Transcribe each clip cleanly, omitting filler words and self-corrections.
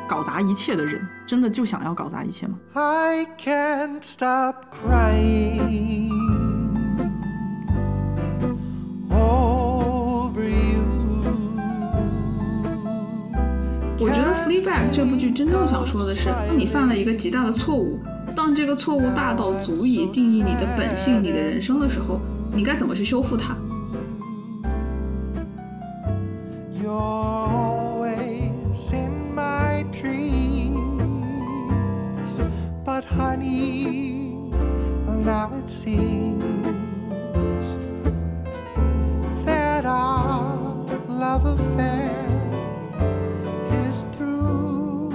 搞砸一切的人真的就想要搞砸一切吗？ I can't stop crying over you。 我觉得 Fleabag 这部剧真正想说的是，当你犯了一个极大的错误，当这个错误大到足以定义你的本性、你的人生的时候，你该怎么去修复它。 But honey, now it seems that our love affair is through.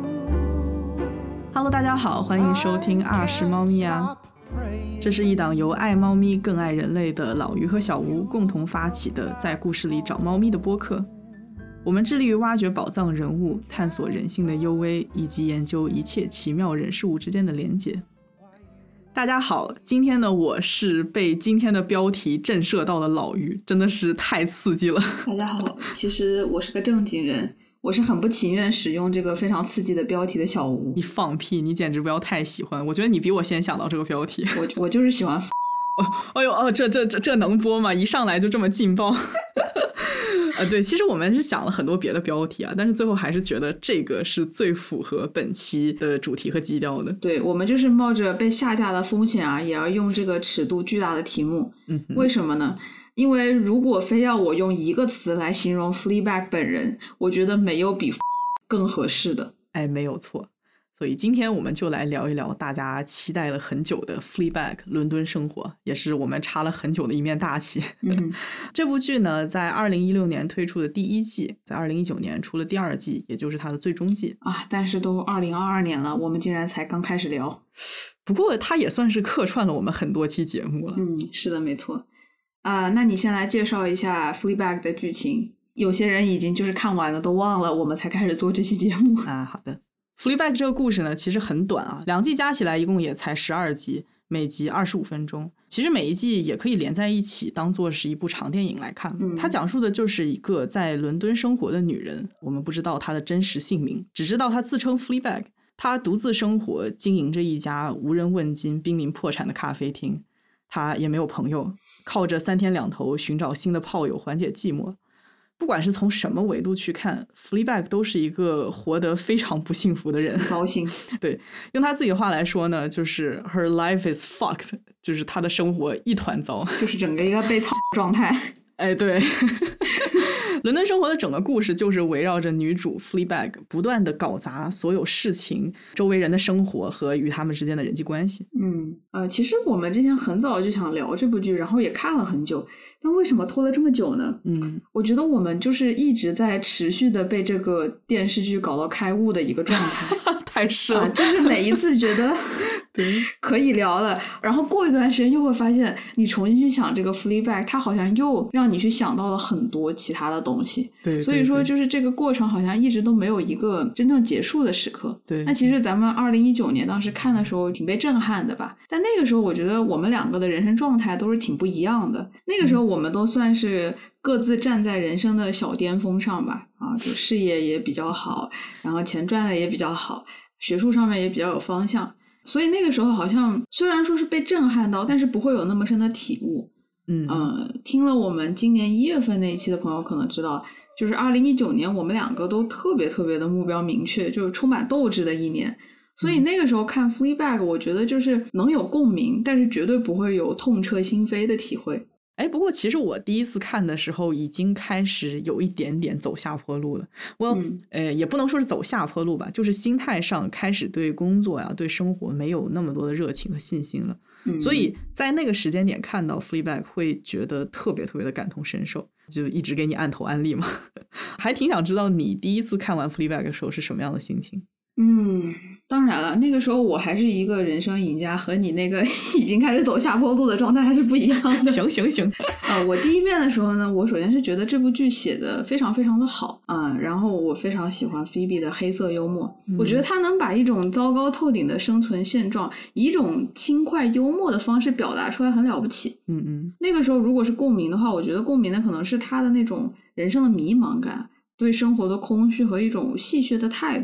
Hello， 大家好，欢迎收听二是猫咪啊。这是一档由爱猫咪更爱人类的老于和小吴共同发起的在故事里找猫咪的播客。我们致力于挖掘宝藏人物，探索人性的幽微，以及研究一切奇妙人事物之间的连结。大家好，今天的我是被今天的标题震慑到的老于，真的是太刺激了。 大家好，其实我是个正经人，我是很不情愿使用这个非常刺激的标题的小吴。 你放屁，你简直不要太喜欢，我觉得你比我先想到这个标题。 我就是喜欢哎呦这能播吗？一上来就这么劲爆。对，其实我们是想了很多别的标题啊，但是最后还是觉得这个是最符合本期的主题和基调的。 对，我们就是冒着被下架的风险啊，也要用这个尺度巨大的题目。为什么呢？因为如果非要我用一个词来形容 Fleabag 本人，我觉得没有比更合适的。 哎，没有错。所以今天我们就来聊一聊大家期待了很久的 Fleabag 伦敦生活，也是我们插了很久的一面大旗。这部剧呢在2016年推出的第一季，在2019年出了第二季，也就是它的最终季啊。但是都2022年了，我们竟然才刚开始聊。 不过它也算是客串了我们很多期节目了。 是的，没错。那你先来介绍一下 Fleabag 的剧情。有些人已经就是看完了都忘了，我们才开始做这期节目啊。好的。Fleabag 这个故事呢其实很短啊，2季加起来一共也才12集，每集25分钟。其实每一季也可以连在一起当做是一部长电影来看。它讲述的就是一个在伦敦生活的女人，我们不知道她的真实姓名，只知道她自称 Fleabag。她独自生活，经营着一家无人问津、濒临破产的咖啡厅。她也没有朋友，靠着3天2头寻找新的炮友缓解寂寞。不管是从什么维度去看， Fleabag 都是一个活得非常不幸福的人， 糟心。对， 用他自己的话来说呢，就是 her life is fucked， 就是他的生活一团糟， 就是整个一个被操状态。 哎，对。伦敦生活的整个故事就是围绕着女主 Fleabag 不断的搞砸所有事情、周围人的生活和与他们之间的人际关系。 其实我们之前很早就想聊这部剧，然后也看了很久，但为什么拖了这么久呢？我觉得我们就是一直在持续的被这个电视剧搞到开悟的一个状态。 太是了， 就是每一次觉得可以聊了，然后过一段时间又会发现你重新去想这个 Fleabag， 它好像又让你去想到了很多其他的东西。 对， 所以说就是这个过程好像一直都没有一个真正结束的时刻。 对， 那其实咱们2019年当时看的时候挺被震撼的吧，但那个时候我觉得我们两个的人生状态都是挺不一样的。那个时候我们都算是各自站在人生的小巅峰上吧，就事业也比较好，然后钱赚的也比较好，学术上面也比较有方向。所以那个时候好像虽然说是被震撼到，但是不会有那么深的体悟。听了我们今年1月份那一期的朋友可能知道，就是2019年我们两个都特别特别的目标明确，就是充满斗志的一年。所以那个时候看 Fleabag 我觉得就是能有共鸣，但是绝对不会有痛彻心扉的体会。 不过其实我第一次看的时候已经开始有一点点走下坡路了。也不能说是走下坡路吧，就是心态上开始对工作呀、对生活没有那么多的热情和信心了。所以在那个时间点看到 Fleabag 会觉得特别特别的感同身受，就一直给你按头安利嘛。还挺想知道你第一次看完 Fleabag 的时候是什么样的心情。 当然了，那个时候我还是一个人生赢家，和你那个已经开始走下坡路的状态还是不一样的。 行我第一遍的时候呢，我首先是觉得这部剧写的非常非常的好然后我非常喜欢 Phoebe 的黑色幽默。我觉得他能把一种糟糕透顶的生存现状以一种轻快幽默的方式表达出来，很了不起。那个时候如果是共鸣的话，我觉得共鸣的可能是他的那种人生的迷茫感，对生活的空虚和一种戏谑的态度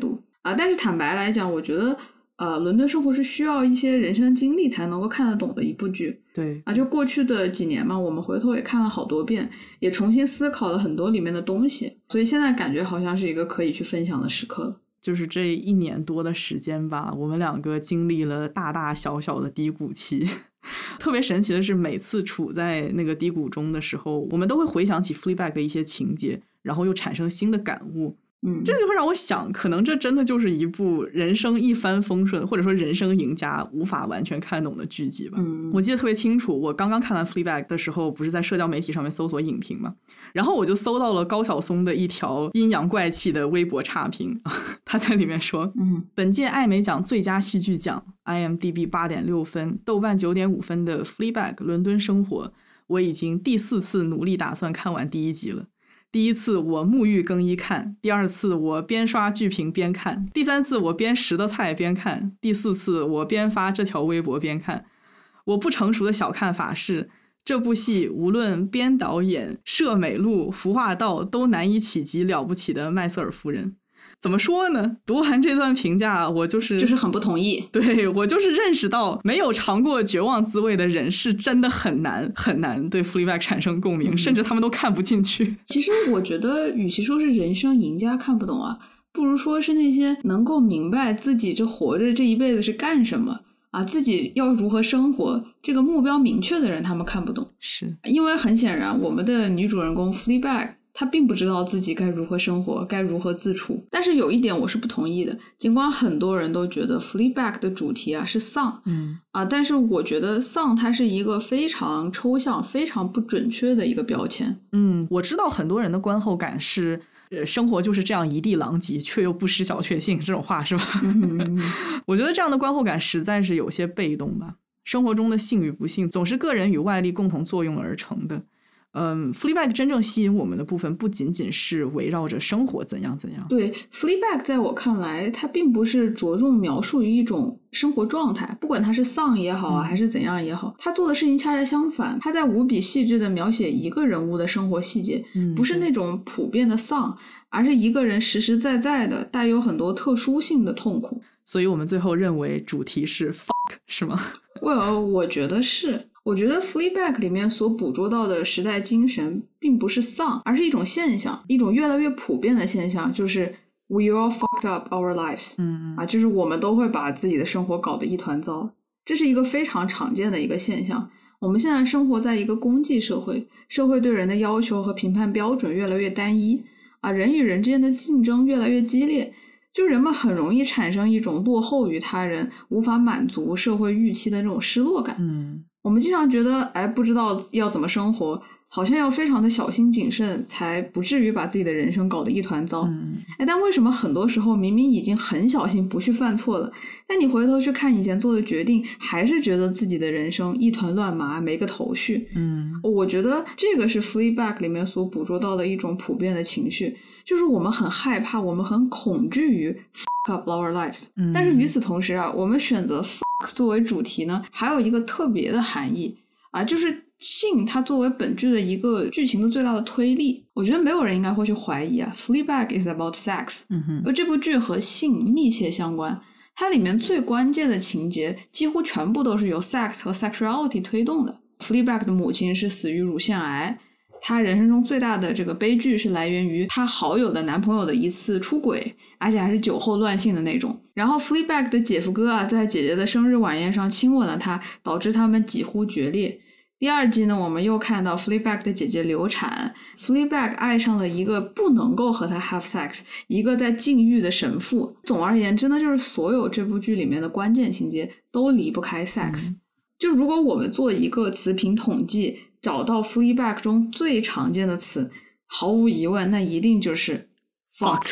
但是坦白来讲，我觉得伦敦生活是需要一些人生经历才能够看得懂的一部剧。 对就过去的几年嘛，我们回头也看了好多遍，也重新思考了很多里面的东西，所以现在感觉好像是一个可以去分享的时刻了。 就是这1年多的时间吧，我们两个经历了大大小小的低谷期。特别神奇的是，每次处在那个低谷中的时候，我们都会回想起 Fleabag 的一些情节，然后又产生新的感悟。这就会让我想，可能这真的就是一部人生一帆风顺，或者说人生赢家无法完全看懂的剧集吧。我记得特别清楚，我刚刚看完 Fleabag 的时候，不是在社交媒体上面搜索影评嘛，然后我就搜到了高晓松的一条阴阳怪气的微博差评，他在里面说，本届艾美奖最佳戏剧奖 IMDB 8.6分，豆瓣9.5分的 Fleabag 伦敦生活，我已经第4次努力打算看完第1集了。第1次我沐浴更衣看，第2次我边刷剧评边看，第3次我边拾的菜边看，第4次我边发这条微博边看。我不成熟的小看法是，这部戏无论编导演、摄美录、服化道都难以企及了不起的麦瑟尔夫人。怎么说呢？读完这段评价，我就是很不同意。 对，我就是认识到，没有尝过绝望滋味的人是真的很难对 Fleabag 产生共鸣，甚至他们都看不进去。 其实我觉得，与其说是人生赢家看不懂啊，不如说是那些能够明白自己这活着这一辈子是干什么自己要如何生活，这个目标明确的人，他们看不懂。 是因为很显然，我们的女主人公 Fleabag他并不知道自己该如何生活，该如何自处。但是有一点我是不同意的，尽管很多人都觉得 Fleabag 的主题是丧，但是我觉得丧它是一个非常抽象、非常不准确的一个标签。 我知道很多人的观后感是生活就是这样一地狼藉，却又不失小确幸，这种话是吧？我觉得这样的观后感实在是有些被动吧。生活中的幸与不幸总是个人与外力共同作用而成的。Fleabag 真正吸引我们的部分不仅仅是围绕着生活怎样怎样。 对， Fleabag 在我看来，它并不是着重描述于一种生活状态，不管它是丧也好还是怎样也好，它做的事情恰恰相反，它在无比细致的描写一个人物的生活细节，不是那种普遍的丧，而是一个人实实在在的带有很多特殊性的痛苦。 所以我们最后认为主题是 fuck 是吗？ 我觉得是。我觉得 Fleabag 里面所捕捉到的时代精神并不是丧，而是一种现象，一种越来越普遍的现象，就是 we all fucked up our lives。就是我们都会把自己的生活搞得一团糟，这是一个非常常见的一个现象。我们现在生活在一个公际社会，社会对人的要求和评判标准越来越单一人与人之间的竞争越来越激烈，就人们很容易产生一种落后于他人、无法满足社会预期的这种失落感。我们经常觉得不知道要怎么生活，好像要非常的小心谨慎，才不至于把自己的人生搞得一团糟。但为什么很多时候明明已经很小心不去犯错了，但你回头去看以前做的决定，还是觉得自己的人生一团乱麻，没个头绪。我觉得这个是 Fleabag 里面所捕捉到的一种普遍的情绪，就是我们很害怕，我们很恐惧于 fuck up our lives。但是与此同时我们选择 fuck 作为主题呢，还有一个特别的含义就是性它作为本剧的一个剧情的最大的推力。我觉得没有人应该会去怀疑Fleabag is about sex。而这部剧和性密切相关，它里面最关键的情节几乎全部都是由 sex 和 sexuality 推动的。Fleabag 的母亲是死于乳腺癌，她人生中最大的这个悲剧是来源于她好友的男朋友的一次出轨，而且还是酒后乱性的那种。然后 Fleabag 的姐夫哥在姐姐的生日晚宴上亲吻了她，导致他们几乎决裂。第2季呢，我们又看到 Fleabag 的姐姐流产， Fleabag 爱上了一个不能够和她 have sex， 一个在禁欲的神父。总而言之呢，就是所有这部剧里面的关键情节都离不开 sex。就如果我们做一个词频统计，找到 Fleabag 中最常见的词，毫无疑问那一定就是 fucked。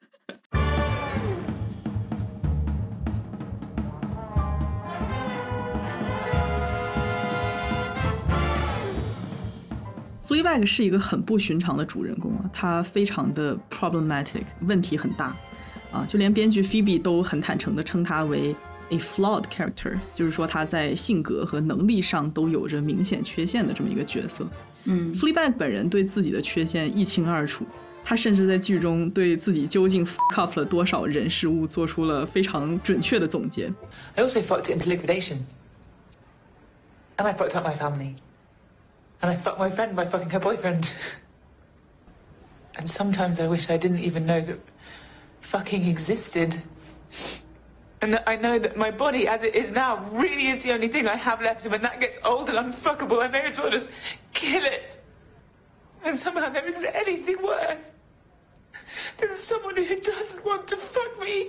Fleabag 是一个很不寻常的主人公他非常的 problematic， 问题很大就连编剧 Phoebe 都很坦诚地称他为 a flawed character， 就是说他在性格和能力上都有着明显缺陷的这么一个角色。Fleabag 本人对自己的缺陷一清二楚， 他甚至在剧中对自己究竟 fuck up 了多少人事物做出了非常准确的总结。 I also fucked it into liquidation. And I fucked up my family. And I fucked my friend by fucking her boyfriend. And sometimes I wish I didn't even know that fucking existed. And that I know that my body as it is now really is the only thing I have left. And when that gets old and unfuckable, I may as well just kill it. And somehow there isn't anything worse than someone who doesn't want to fuck me.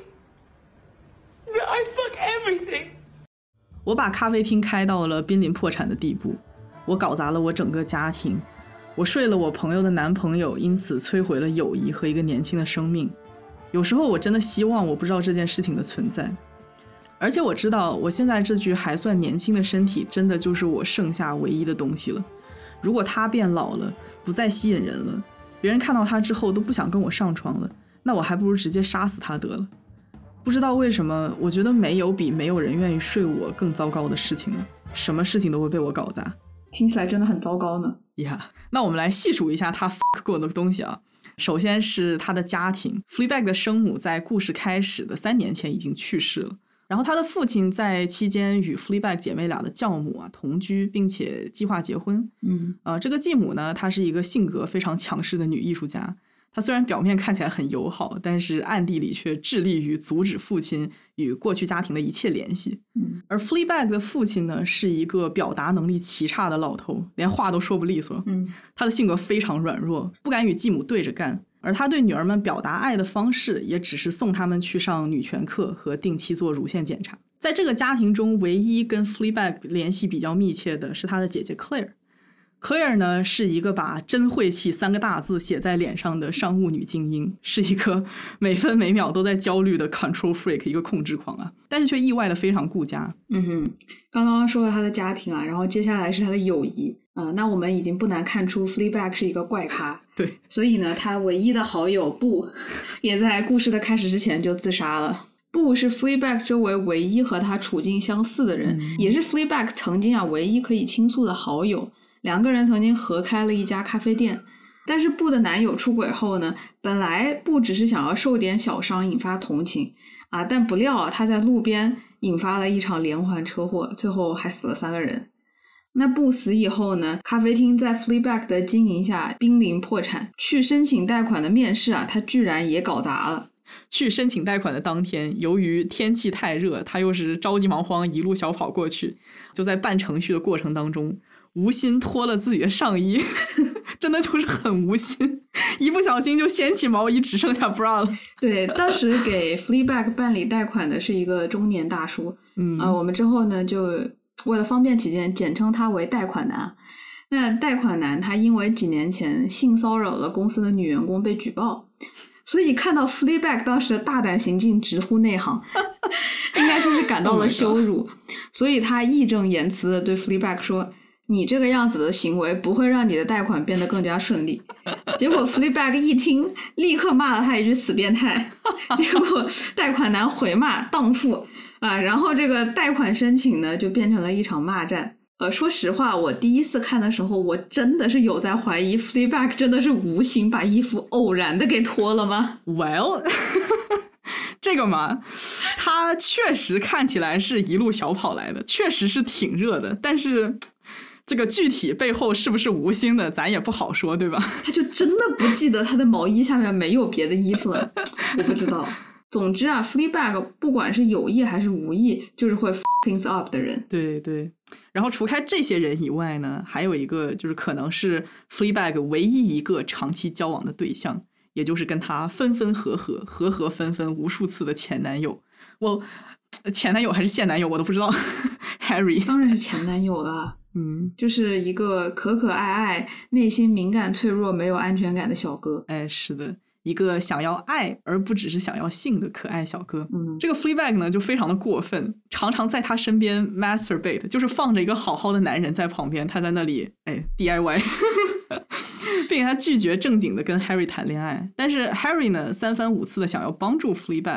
That I fuck everything. 我把咖啡厅开到了濒临破产的地步，我搞砸了我整个家庭，我睡了我朋友的男朋友，因此摧毁了友谊和一个年轻的生命。有时候我真的希望我不知道这件事情的存在，而且我知道我现在这具还算年轻的身体真的就是我剩下唯一的东西了。如果它变老了，不再吸引人了，别人看到它之后都不想跟我上床了，那我还不如直接杀死它得了。不知道为什么，我觉得没有比没有人愿意睡我更糟糕的事情了，什么事情都会被我搞砸。 听起来真的很糟糕呢。 那我们来细数一下他 fuck 过的东西啊。首先是他的家庭， Fleabag 的生母在故事开始的3年前已经去世了，然后他的父亲在期间与 Fleabag 姐妹俩的教母同居，并且计划结婚。这个继母呢，她是一个性格非常强势的女艺术家，她虽然表面看起来很友好，但是暗地里却致力于阻止父亲与过去家庭的一切联系。而 Fleabag 的父亲呢，是一个表达能力奇差的老头，连话都说不利索。他的性格非常软弱，不敢与继母对着干，而他对女儿们表达爱的方式也只是送他们去上女权课和定期做乳腺检查。在这个家庭中，唯一跟 Fleabag 联系比较密切的是他的姐姐 Claire。Claire 呢，是一个把真晦气3个大字写在脸上的商务女精英，是一个每分每秒都在焦虑的 control freak， 一个控制狂啊，但是却意外的非常顾家。 刚刚说了他的家庭啊，然后接下来是他的友谊。那我们已经不难看出 Fleabag 是一个怪咖。 对， 所以呢，他唯一的好友布也在故事的开始之前就自杀了。布是 Fleabag 周围唯一和他处境相似的人，也是 Fleabag 曾经唯一可以倾诉的好友。2个人曾经合开了一家咖啡店，但是布的男友出轨后呢，本来布只是想要受点小伤引发同情啊，但不料他在路边引发了一场连环车祸，最后还死了3个人。那布死以后呢，咖啡厅在 Fleabag 的经营下濒临破产，去申请贷款的面试啊，他居然也搞砸了。 去申请贷款的当天，由于天气太热，他又是着急忙慌一路小跑过去，就在办程序的过程当中无心脱了自己的上衣真的就是很无心，一不小心就掀起毛衣只剩下 bra 了。 对，当时给 Fleabag 办理贷款的是一个中年大叔。我们之后呢就为了方便起见简称他为贷款男。那贷款男他因为几年前性骚扰了公司的女员工被举报，所以看到 Fleabag 当时的大胆行径直呼内行应该说是感到了羞辱，所以他义正言辞的对 Fleabag 说，你这个样子的行为不会让你的贷款变得更加顺利。结果 Fleabag 一听立刻骂了他一句死变态，结果贷款男回骂荡妇啊，然后这个贷款申请呢就变成了一场骂战。说实话，我第一次看的时候，我真的是有在怀疑 Fleabag 真的是无心把衣服偶然的给脱了吗？ Well 这个嘛，他确实看起来是一路小跑来的，确实是挺热的，但是这个具体背后是不是无心的咱也不好说，对吧？ 他就真的不记得他的毛衣下面没有别的衣服了我不知道。总之啊 Fleabag 不管是有意还是无意就是会 f things up 的人。 对对，然后除开这些人以外呢，还有一个就是可能是 Fleabag 唯一一个长期交往的对象，也就是跟他分分合合合合分分无数次的前男友。我前男友还是现男友我都不知道Harry 当然是前男友了。就是一个可可爱爱内心敏感脆弱没有安全感的小哥。 哎，是的，一个想要爱而不只是想要性的可爱小哥。这个 Fleabag 呢就非常的过分，常常在他身边 masturbate， 就是放着一个好好的男人在旁边，他在那里DIY 并且他拒绝正经的跟 Harry 谈恋爱。但是 Harry 呢3番5次的想要帮助 Fleabag，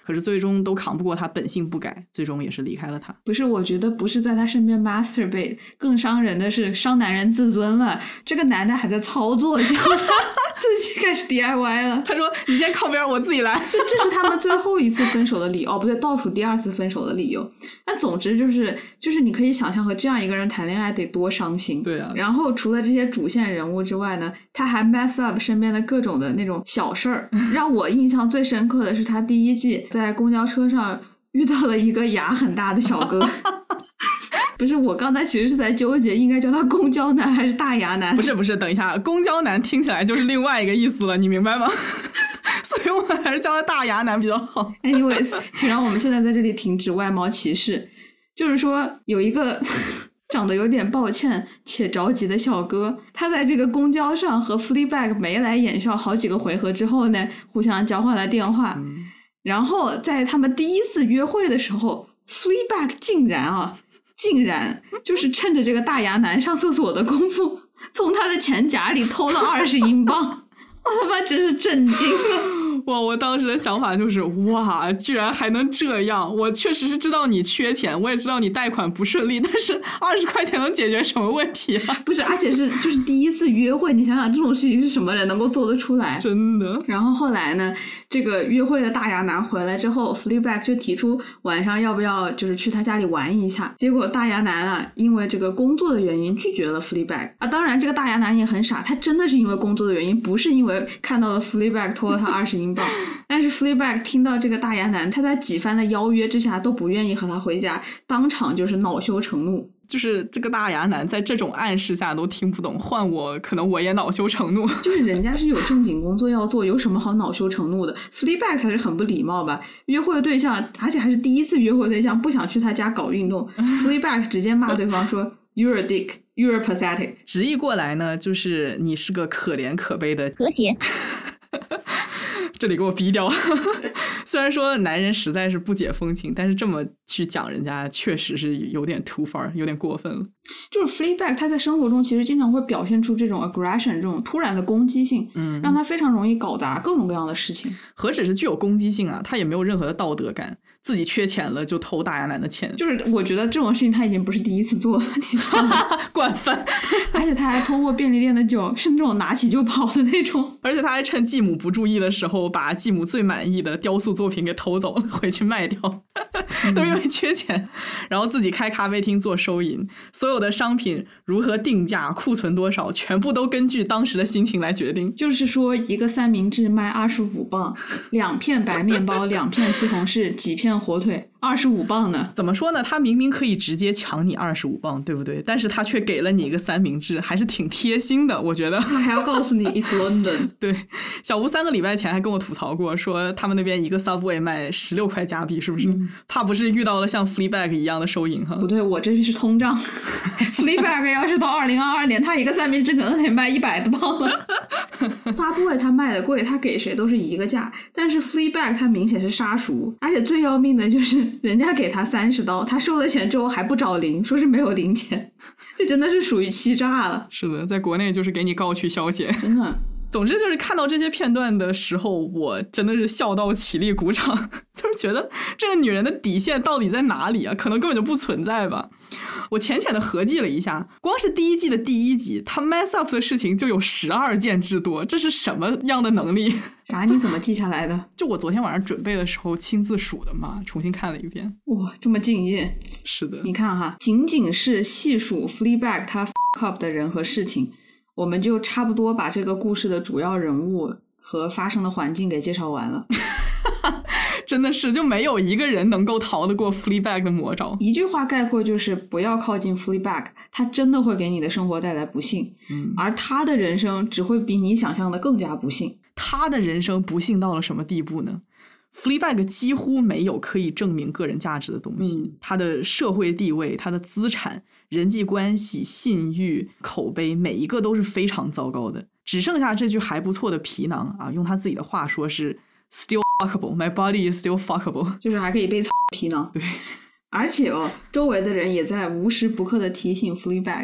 可是最终都扛不过他本性不改，最终也是离开了他。 不是，我觉得不是在他身边 masturbate， 更伤人的是伤男人自尊了。这个男的还在操作，结果他自己开始 DIY 了。 他说你先靠边，我自己来。 这是他们最后一次分手的理由，不对，倒数第2次分手的理由。但总之就是你可以想象和这样一个人谈恋爱得多伤心。 对啊。 然后除了这些主线人物之外呢，他还 mess up 身边的各种的那种小事儿。让我印象最深刻的是他第1季在公交车上遇到了一个牙很大的小哥。不是，我刚才其实是在纠结应该叫他公交男还是大牙男。 不是，等一下，公交男听起来就是另外一个意思了，你明白吗？所以我还是叫他大牙男比较好。 Anyways， 请让我们现在在这里停止外貌歧视。就是说有一个长得有点抱歉且着急的小哥，他在这个公交上和 Fleabag 眉来眼笑好几个回合之后呢，互相交换了电话。然后在他们第1次约会的时候 Fleabag 竟然就是趁着这个大牙男上厕所的功夫，从他的钱夹里偷了20英镑。我他妈真是震惊了。 哇，我当时的想法就是哇，居然还能这样。我确实是知道你缺钱，我也知道你贷款不顺利，但是20块钱能解决什么问题啊？ 不是，而且就是第1次约会，你想想这种事情是什么人能够做得出来？ 真的。 然后后来呢，这个约会的大牙男回来之后 Fleabag 就提出晚上要不要就是去他家里玩一下。结果大牙男啊，因为这个工作的原因拒绝了 Fleabag 啊。当然这个大牙男也很傻，他真的是因为工作的原因，不是因为看到了 Fleabag 偷了他20英镑。但是 Fleabag 听到这个大牙男他在几番的邀约之下都不愿意和他回家，当场就是恼羞成怒。 就是这个大牙男在这种暗示下都听不懂，换我可能我也恼羞成怒。 就是人家是有正经工作要做，有什么好恼羞成怒的？ Fleabag 才是很不礼貌吧。约会对象，而且还是第1次约会对象，不想去他家搞运动Fleabag 直接骂对方说You're a dick, you're pathetic。 直译过来呢就是你是个可怜可悲的和谐。 这里给我逼掉。虽然说男人实在是不解风情，但是这么去讲人家确实是有点 too far， 有点过分了。 就是 Fleabag 他在生活中其实经常会表现出这种 aggression， 这种突然的攻击性，让他非常容易搞砸各种各样的事情。 何止是具有攻击性啊，他也没有任何的道德感，自己缺钱了就偷大牙男的钱。 就是我觉得这种事情他已经不是第1次做了，你知道吗？ 惯犯。 而且他还偷过便利店的酒，是那种拿起就跑的那种。 而且他还趁继母不注意的时候把继母最满意的雕塑作品给偷走了，回去卖掉。都因为缺钱，然后自己开咖啡厅做收银，所有的商品如何定价，库存多少，全部都根据当时的心情来决定。 就是说一个三明治卖25磅，2片白面包，2片西红柿，几片火腿，25磅呢。 怎么说呢，他明明可以直接抢你25磅，对不对？但是他却给了你一个三明治，还是挺贴心的，我觉得。 他还要告诉你 It's London。 对，小吴3个礼拜前还跟我吐槽过，说他们那边一个 Subway 卖16块加币，是不是？怕不是遇到了像 Fleabag 一样的收银哈？ 不对，我这是通胀。Fleabag 要是到2022年，他一个三明治可能得卖100多磅了。Subway 他卖的贵，他给谁都是一个价，但是 Fleabag 他明显是杀熟，而且最要命的就是人家给他30刀，他收了钱之后还不找零，说是没有零钱，这真的是属于欺诈了。 是的，在国内就是给你告去消遣， 真的。 总之就是看到这些片段的时候，我真的是笑到起立鼓掌，就是觉得这个女人的底线到底在哪里啊？可能根本就不存在吧。我浅浅的合计了一下，光是第1季的第1集，她 mess up 的事情就有12件之多，这是什么样的能力？ 啥？你怎么记下来的？ 就我昨天晚上准备的时候亲自数的嘛，重新看了一遍。 哇，这么敬业。 是的。 你看哈，仅仅是细数 Fleabag 她 up 的人和事情，我们就差不多把这个故事的主要人物和发生的环境给介绍完了。 真的是，就没有一个人能够逃得过 Fleabag 的魔爪。 一句话概括就是不要靠近 Fleabag， 他真的会给你的生活带来不幸，而他的人生只会比你想象的更加不幸。 他的人生不幸到了什么地步呢？ Fleabag 几乎没有可以证明个人价值的东西，他的社会地位，他的资产，人际关系，信誉，口碑，每一个都是非常糟糕的，只剩下这句还不错的皮囊啊，用他自己的话说是 still fuckable, my body is still fuckable， 就是还可以被操皮囊。 对， 而且周围的人也在无时不刻的提醒 Fleabag，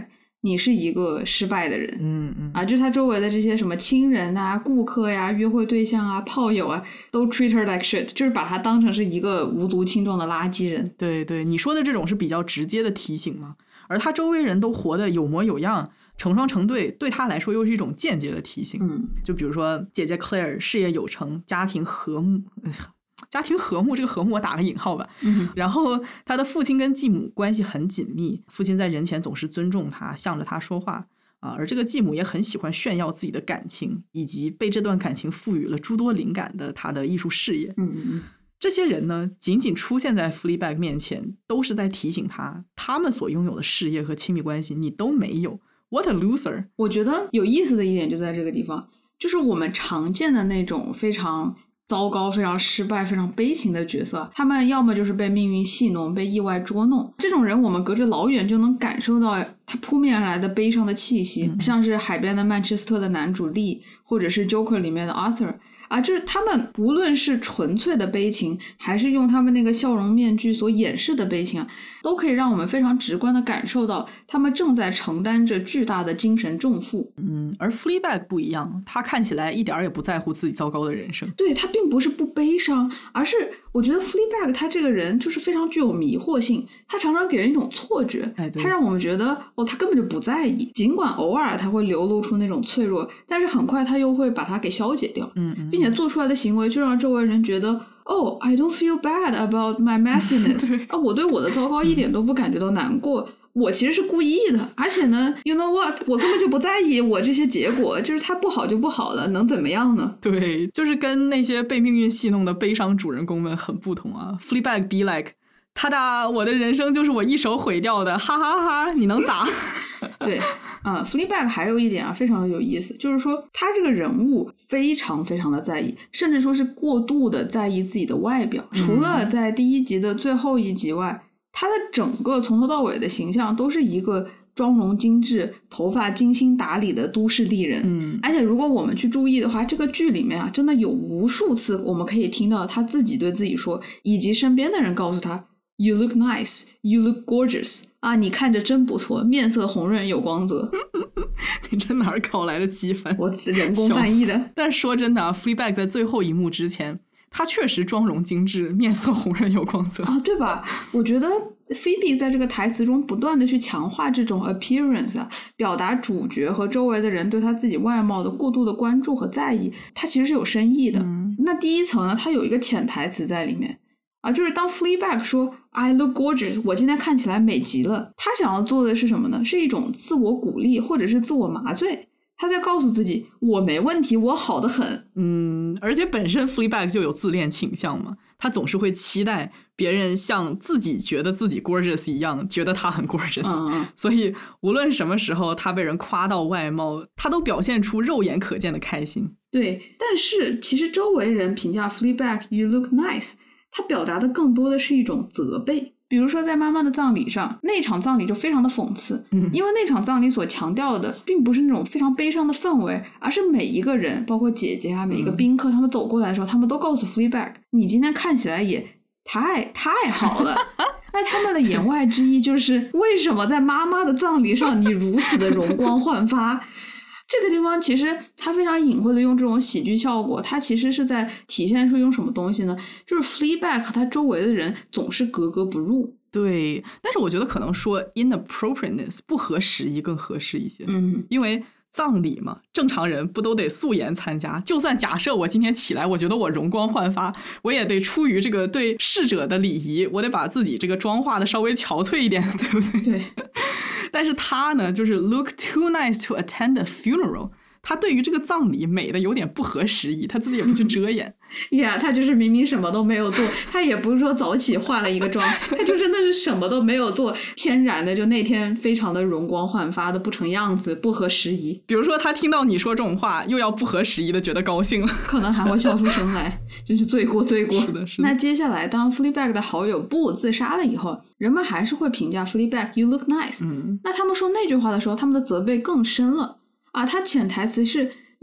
你是一个失败的人。就是他周围的这些什么亲人啊、顾客呀、约会对象啊、炮友啊，都 treat her like shit， 就是把他当成是一个无足轻重的垃圾人。 对对，你说的这种是比较直接的提醒嘛，而他周围人都活得有模有样，成双成对，对他来说又是一种间接的提醒。就比如说姐姐 Claire 事业有成，家庭和睦，这个和睦我打个引号吧。然后他的父亲跟继母关系很紧密，父亲在人前总是尊重他，向着他说话而这个继母也很喜欢炫耀自己的感情，以及被这段感情赋予了诸多灵感的他的艺术事业。这些人呢，仅仅出现在 Fleabag 面前，都是在提醒他们所拥有的事业和亲密关系你都没有。What a loser！ 我觉得有意思的一点就在这个地方，就是我们常见的那种非常糟糕、非常失败、非常悲情的角色，他们要么就是被命运戏弄，被意外捉弄。这种人我们隔着老远就能感受到他扑面而来的悲伤的气息，像是海边的曼彻斯特的男主利，或者是 Joker 里面的 Arthur。就是他们无论是纯粹的悲情，还是用他们那个笑容面具所掩饰的悲情都可以让我们非常直观的感受到他们正在承担着巨大的精神重负。 而 Fleabag 不一样，他看起来一点也不在乎自己糟糕的人生。 对，他并不是不悲伤，而是我觉得 Fleabag 他这个人就是非常具有迷惑性，他常常给人一种错觉，他让我们觉得他根本就不在意，尽管偶尔他会流露出那种脆弱，但是很快他又会把它给消解掉，并且做出来的行为就让周围人觉得I don't feel bad about my messiness 我对我的糟糕一点都不感觉到难过，我其实是故意的，而且呢 you know what， 我根本就不在意我这些结果，就是它不好就不好了，能怎么样呢？ 对，就是跟那些被命运戏弄的悲伤主人公们很不同啊。 Fleabag be like 他哒，我的人生就是我一手毁掉的，哈哈哈，你能咋？ 对Fleabag 还有一点非常有意思，就是说他这个人物非常非常的在意，甚至说是过度的在意自己的外表。除了在第一集的最后一集外，他的整个从头到尾的形象都是一个妆容精致、头发精心打理的都市丽人。而且如果我们去注意的话，这个剧里面真的有无数次我们可以听到他自己对自己说，以及身边的人告诉他You look nice, you look gorgeous 你看着真不错，面色红润有光泽。 你这哪儿搞来的积分？ 我人工翻译的。 但说真的Fleabag 在最后一幕之前，他确实妆容精致，面色红润有光泽对吧？我觉得 Phoebe 在这个台词中不断的去强化这种 appearance 表达主角和周围的人对他自己外貌的过度的关注和在意，他其实是有深意的。那第一层呢，他有一个潜台词在里面就是当 Fleabag 说 I look gorgeous， 我今天看起来美极了，他想要做的是什么呢？是一种自我鼓励或者是自我麻醉，他在告诉自己我没问题，我好得很。 而且本身 Fleabag 就有自恋倾向嘛，他总是会期待别人像自己觉得自己 gorgeous 一样觉得他很 gorgeous。所以无论什么时候他被人夸到外貌，他都表现出肉眼可见的开心。 对，但是其实周围人评价 Fleabag you look nice，他表达的更多的是一种责备。比如说在妈妈的葬礼上，那场葬礼就非常的讽刺，因为那场葬礼所强调的并不是那种非常悲伤的氛围，而是每一个人包括姐姐每一个宾客他们走过来的时候，他们都告诉 Fleabag 你今天看起来也太好了。那他们的言外之意就是为什么在妈妈的葬礼上你如此的容光焕发。这个地方其实它非常隐晦的用这种喜剧效果，它其实是在体现出一种什么东西呢？就是 Fleabag 和他周围的人总是格格不入。 对，但是我觉得可能说 inappropriateness 不合时宜更合适一些。因为葬礼嘛，正常人不都得素颜参加，就算假设我今天起来我觉得我容光焕发，我也得出于这个对逝者的礼仪，我得把自己这个妆化的稍微憔悴一点，对不对？ 对。 但是他呢，就是 look too nice to attend a funeral， 他对于这个葬礼美的有点不合时宜，他自己也不去遮掩。 他就是明明什么都没有做，他也不是说早起化了一个妆，他就真的是什么都没有做，天然的就那天非常的容光焕发的不成样子，不合时宜。 比如说他听到你说这种话，又要不合时宜的觉得高兴了， 可能还会笑出声来，真是罪过。 是的。 那接下来当 Fleabag 的好友布自杀了以后，人们还是会评价 Fleabag you look nice。那他们说那句话的时候，他们的责备更深了他潜台词是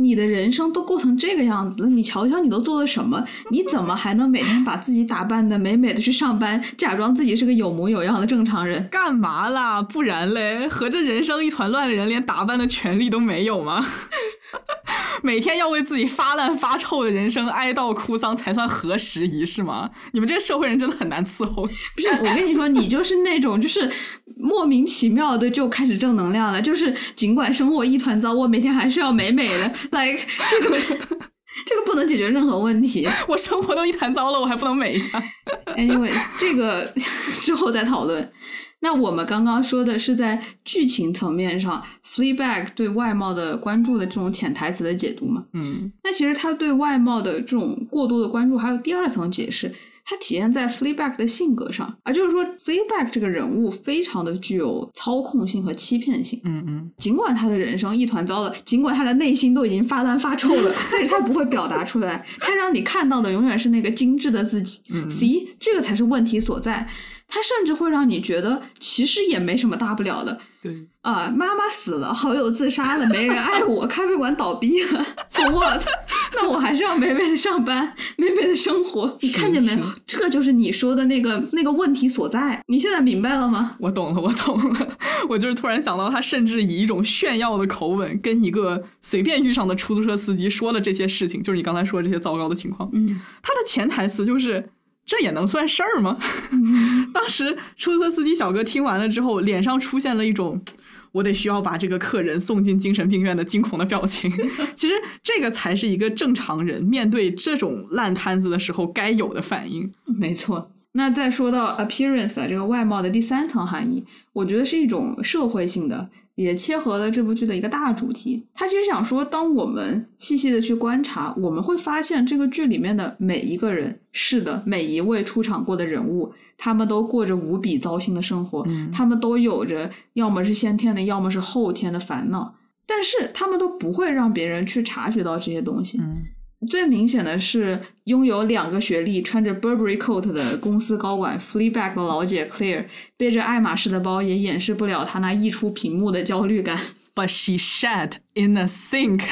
你的人生都过成这个样子了，你瞧瞧你都做了什么，你怎么还能每天把自己打扮的美美的去上班，假装自己是个有模有样的正常人？ 干嘛啦？不然嘞，合着人生一团乱的人连打扮的权利都没有吗？每天要为自己发烂发臭的人生哀悼哭丧才算合时宜是吗？你们这个社会人真的很难伺候。 不是，我跟你说，你就是那种就是莫名其妙的就开始正能量了，就是尽管生活一团糟，我每天还是要美美的。like 这个不能解决任何问题。 我生活都一团糟了，我还不能美一下 ？Anyways， 这个之后再讨论。那我们刚刚说的是在剧情层面上 Fleabag 对外貌的关注的这种潜台词的解读嘛。那其实他对外貌的这种过度的关注还有第二层解释，它体现在 Fleabag 的性格上，就是说 Fleabag 这个人物非常的具有操控性和欺骗性。尽管他的人生一团糟了，尽管他的内心都已经发烂发臭了，但是他不会表达出来，他让你看到的永远是那个精致的自己。See， 这个才是问题所在。他甚至会让你觉得其实也没什么大不了的。 对啊，妈妈死了，好友自杀了，没人爱我，咖啡馆倒闭了 ，for what？ 那我还是要美美的上班，美美的生活。你看见没？这就是你说的那个问题所在。你现在明白了吗？ 我懂了。我就是突然想到，他甚至以一种炫耀的口吻跟一个随便遇上的出租车司机说了这些事情，就是你刚才说的这些糟糕的情况。他的潜台词就是。这也能算事儿吗？当时出租车司机小哥听完了之后，脸上出现了一种我得需要把这个客人送进精神病院的惊恐的表情。其实这个才是一个正常人面对这种烂摊子的时候该有的反应。 没错。那再说到 appearance 这个外貌的第三层含义，我觉得是一种社会性的，也切合了这部剧的一个大主题。他其实想说，当我们细细的去观察，我们会发现这个剧里面的每一个人，是的，每一位出场过的人物，他们都过着无比糟心的生活，他们都有着要么是先天的，要么是后天的烦恼，但是他们都不会让别人去察觉到这些东西。最明显的是拥有2个学历穿着 Burberry coat 的公司高管 Fleabag 的老姐 Claire 背着爱马仕的包也掩饰不了她那溢出屏幕的焦虑感。 But she shat in a sink.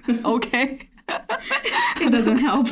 OK It doesn't help.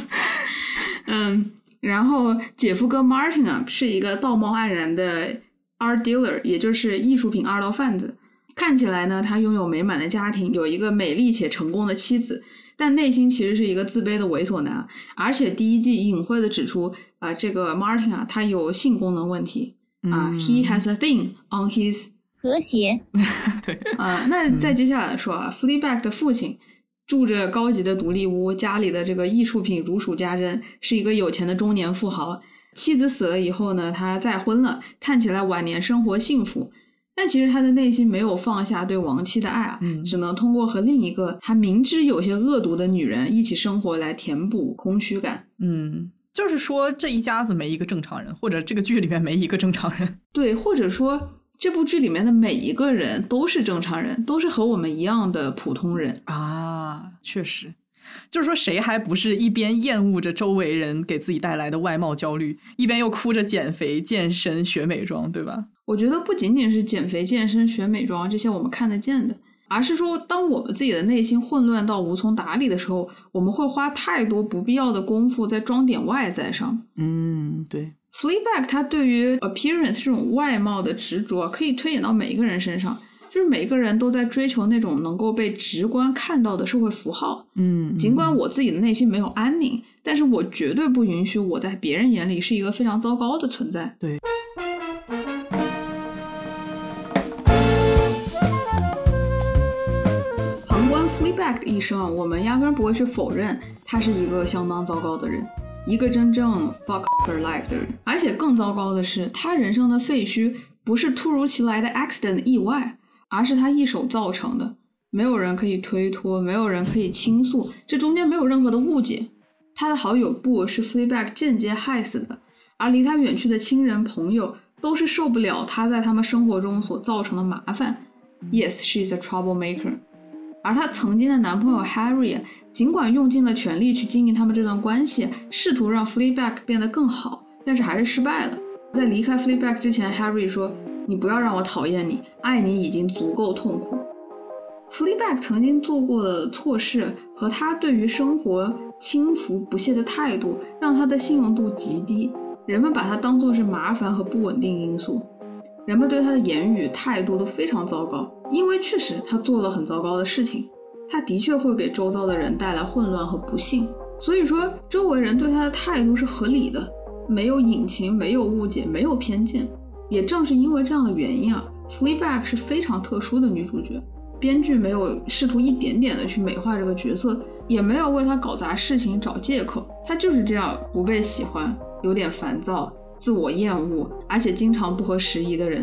然后姐夫哥 Martin 啊，是一个道貌岸然的 art dealer， 也就是艺术品二道贩子。看起来呢，他拥有美满的家庭，有一个美丽且成功的妻子，但内心其实是一个自卑的猥琐男。而且第一季隐晦的指出这个 Martin 啊，他有性功能问题he has a thing on his 和谐。 对那再接下来说Fleabag 的父亲住着高级的独立屋，家里的这个艺术品如数家珍，是一个有钱的中年富豪。妻子死了以后呢，他再婚了，看起来晚年生活幸福，但其实他的内心没有放下对亡妻的爱只能通过和另一个他明知有些恶毒的女人一起生活来填补空虚感。 就是说这一家子没一个正常人，或者这个剧里面没一个正常人。 对，或者说这部剧里面的每一个人都是正常人，都是和我们一样的普通人确实，就是说谁还不是一边厌恶着周围人给自己带来的外貌焦虑，一边又哭着减肥健身学美妆，对吧？ 我觉得不仅仅是减肥健身学美妆这些我们看得见的，而是说当我们自己的内心混乱到无从打理的时候，我们会花太多不必要的功夫在装点外在上。 对。 Fleabag 他对于 appearance 这种外貌的执着可以推演到每一个人身上，就是每个人都在追求那种能够被直观看到的社会符号。尽管我自己的内心没有安宁，但是我绝对不允许我在别人眼里是一个非常糟糕的存在。 对。 旁观 Fleabag 的一生，我们压根不会去否认他是一个相当糟糕的人，一个真正 fuck her life 的人。而且更糟糕的是，他人生的废墟不是突如其来的 accident 意外，而是他一手造成的。没有人可以推脱，没有人可以倾诉，这中间没有任何的误解。他的好友布是 Fleabag 间接害死的，而离他远去的亲人朋友都是受不了他在他们生活中所造成的麻烦。Yes, she's a troublemaker. 而她曾经的男朋友 Harry 尽管用尽了全力去经营他们这段关系，试图让 Fleabag 变得更好，但是还是失败了。在离开 Fleabag 之前， Harry 说，你不要让我讨厌你，爱你已经足够痛苦。 Fleabag 曾经做过的错事和他对于生活轻浮不屑的态度，让他的信用度极低，人们把他当作是麻烦和不稳定因素，人们对他的言语态度都非常糟糕，因为确实他做了很糟糕的事情，他的确会给周遭的人带来混乱和不幸，所以说周围人对他的态度是合理的，没有隐情，没有误解，没有偏见。也正是因为这样的原因啊， Fleabag 是非常特殊的女主角，编剧没有试图一点点的去美化这个角色，也没有为她搞砸事情找借口，她就是这样不被喜欢，有点烦躁，自我厌恶，而且经常不合时宜的人。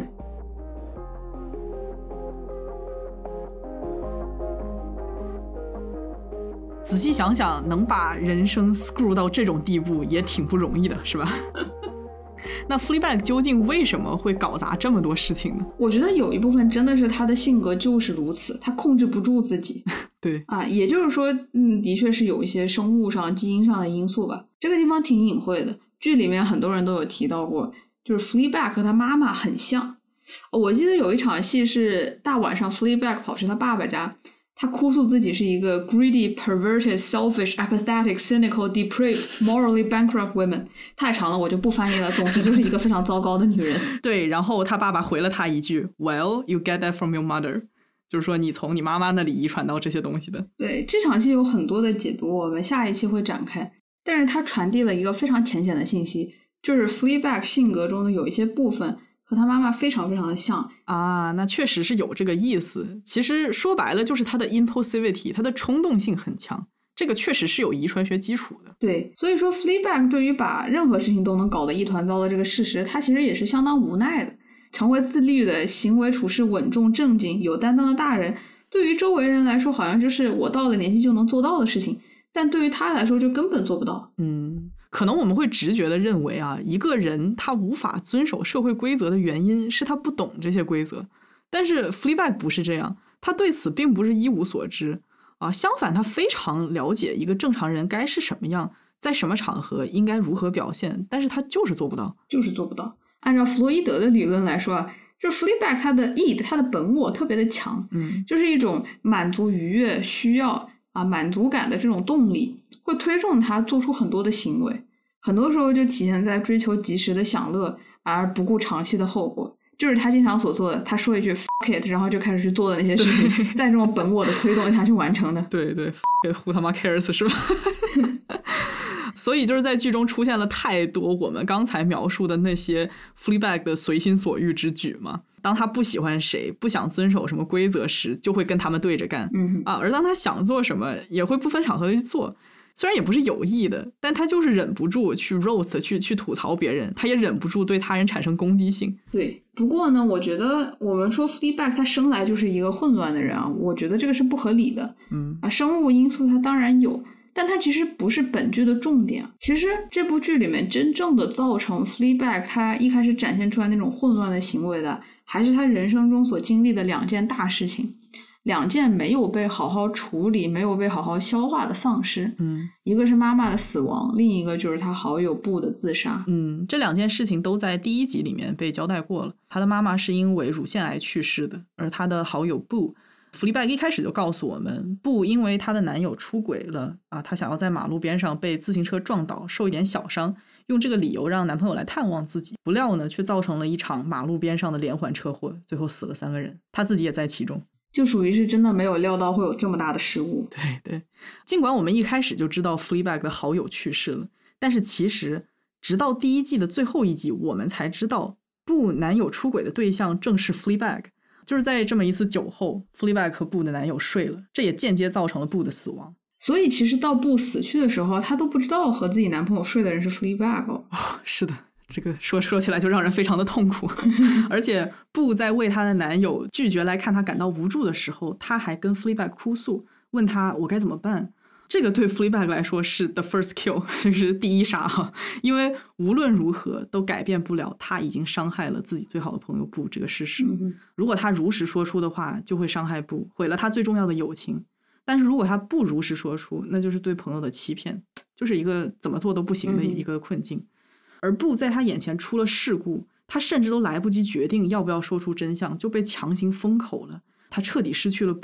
仔细想想，能把人生 screw 到这种地步也挺不容易的，是吧？那 Fleabag 究竟为什么会搞砸这么多事情呢？ 我觉得有一部分真的是他的性格就是如此，他控制不住自己。 对啊，也就是说，的确是有一些生物上、基因上的因素吧。这个地方挺隐晦的，剧里面很多人都有提到过，就是 Fleabag 和他妈妈很像。我记得有一场戏是大晚上 Fleabag 跑去他爸爸家，他哭诉自己是一个 greedy, perverted, selfish, apathetic, cynical, depraved, morally bankrupt woman。 太长了，我就不翻译了，总之就是一个非常糟糕的女人。 对，然后他爸爸回了他一句 Well, you get that from your mother， 就是说你从你妈妈那里遗传到这些东西的。 对，这场戏有很多的解读，我们下一期会展开，但是它传递了一个非常浅显的信息，就是 Fleabag 性格中的有一些部分和他妈妈非常非常的像啊，那确实是有这个意思。其实说白了就是他的 impulsivity， 他的冲动性很强，这个确实是有遗传学基础的。 对，所以说 Fleabag 对于把任何事情都能搞得一团糟的这个事实，他其实也是相当无奈的。成为自律的、行为处事稳重正经、有担当的大人，对于周围人来说好像就是我到了年纪就能做到的事情，但对于他来说就根本做不到。 可能我们会直觉的认为啊，一个人他无法遵守社会规则的原因是他不懂这些规则，但是 Fleabag 不是这样，他对此并不是一无所知啊，相反他非常了解一个正常人该是什么样，在什么场合应该如何表现，但是他就是做不到。按照弗洛伊德的理论来说啊，就是 Fleabag 他的 id 他的本我特别的强，就是一种满足愉悦需要啊满足感的这种动力，会推动他做出很多的行为，很多时候就体现在追求及时的享乐而不顾长期的后果，就是他经常所做的，他说一句 fuck it 然后就开始去做的那些事情，在这种本我的推动下去完成的。 对对 fuck it who 他妈 cares 是吧？所以就是在剧中出现了太多我们刚才描述的那些 Fleabag 的随心所欲之举嘛。当他不喜欢谁，不想遵守什么规则时，就会跟他们对着干，而当他想做什么，也会不分场合的去做。虽然也不是有意的，但他就是忍不住去 roast 去吐槽别人，他也忍不住对他人产生攻击性。 对，不过呢，我觉得我们说 Fleabag 他生来就是一个混乱的人啊，我觉得这个是不合理的。生物因素它当然有，但它其实不是本剧的重点。其实这部剧里面真正的造成 Fleabag 他一开始展现出来那种混乱的行为的，还是他人生中所经历的两件大事情，两件没有被好好处理、没有被好好消化的丧失。一个是妈妈的死亡，另一个就是他好友布的自杀。 这两件事情都在第一集里面被交代过了。他的妈妈是因为乳腺癌去世的，而他的好友布Fleabag 一开始就告诉我们，布因为她的男友出轨了啊，她想要在马路边上被自行车撞倒，受一点小伤，用这个理由让男朋友来探望自己，不料呢却造成了一场马路边上的连环车祸，最后死了3个人，她自己也在其中， 就属于是真的没有料到会有这么大的失误。 对对，尽管我们一开始就知道 Fleabag 的好友去世了，但是其实直到第一季的最后一集，我们才知道布男友出轨的对象正是 Fleabag。就是在这么一次酒后 Fleabag 和布的男友睡了，这也间接造成了布的死亡。 所以其实到布死去的时候，她都不知道和自己男朋友睡的人是 Fleabag。 是的，这个说起来就让人非常的痛苦。而且布在为她的男友拒绝来看她感到无助的时候，她还跟 Fleabag 哭诉，问他我该怎么办。这个对 Fleabag 来说是 the first kill， 是第一杀哈，因为无论如何都改变不了他已经伤害了自己最好的朋友布这个事实。如果他如实说出的话，就会伤害布，毁了他最重要的友情。但是如果他不如实说出，那就是对朋友的欺骗，就是一个怎么做都不行的一个困境。而布在他眼前出了事故，他甚至都来不及决定要不要说出真相，就被强行封口了。他彻底失去了布，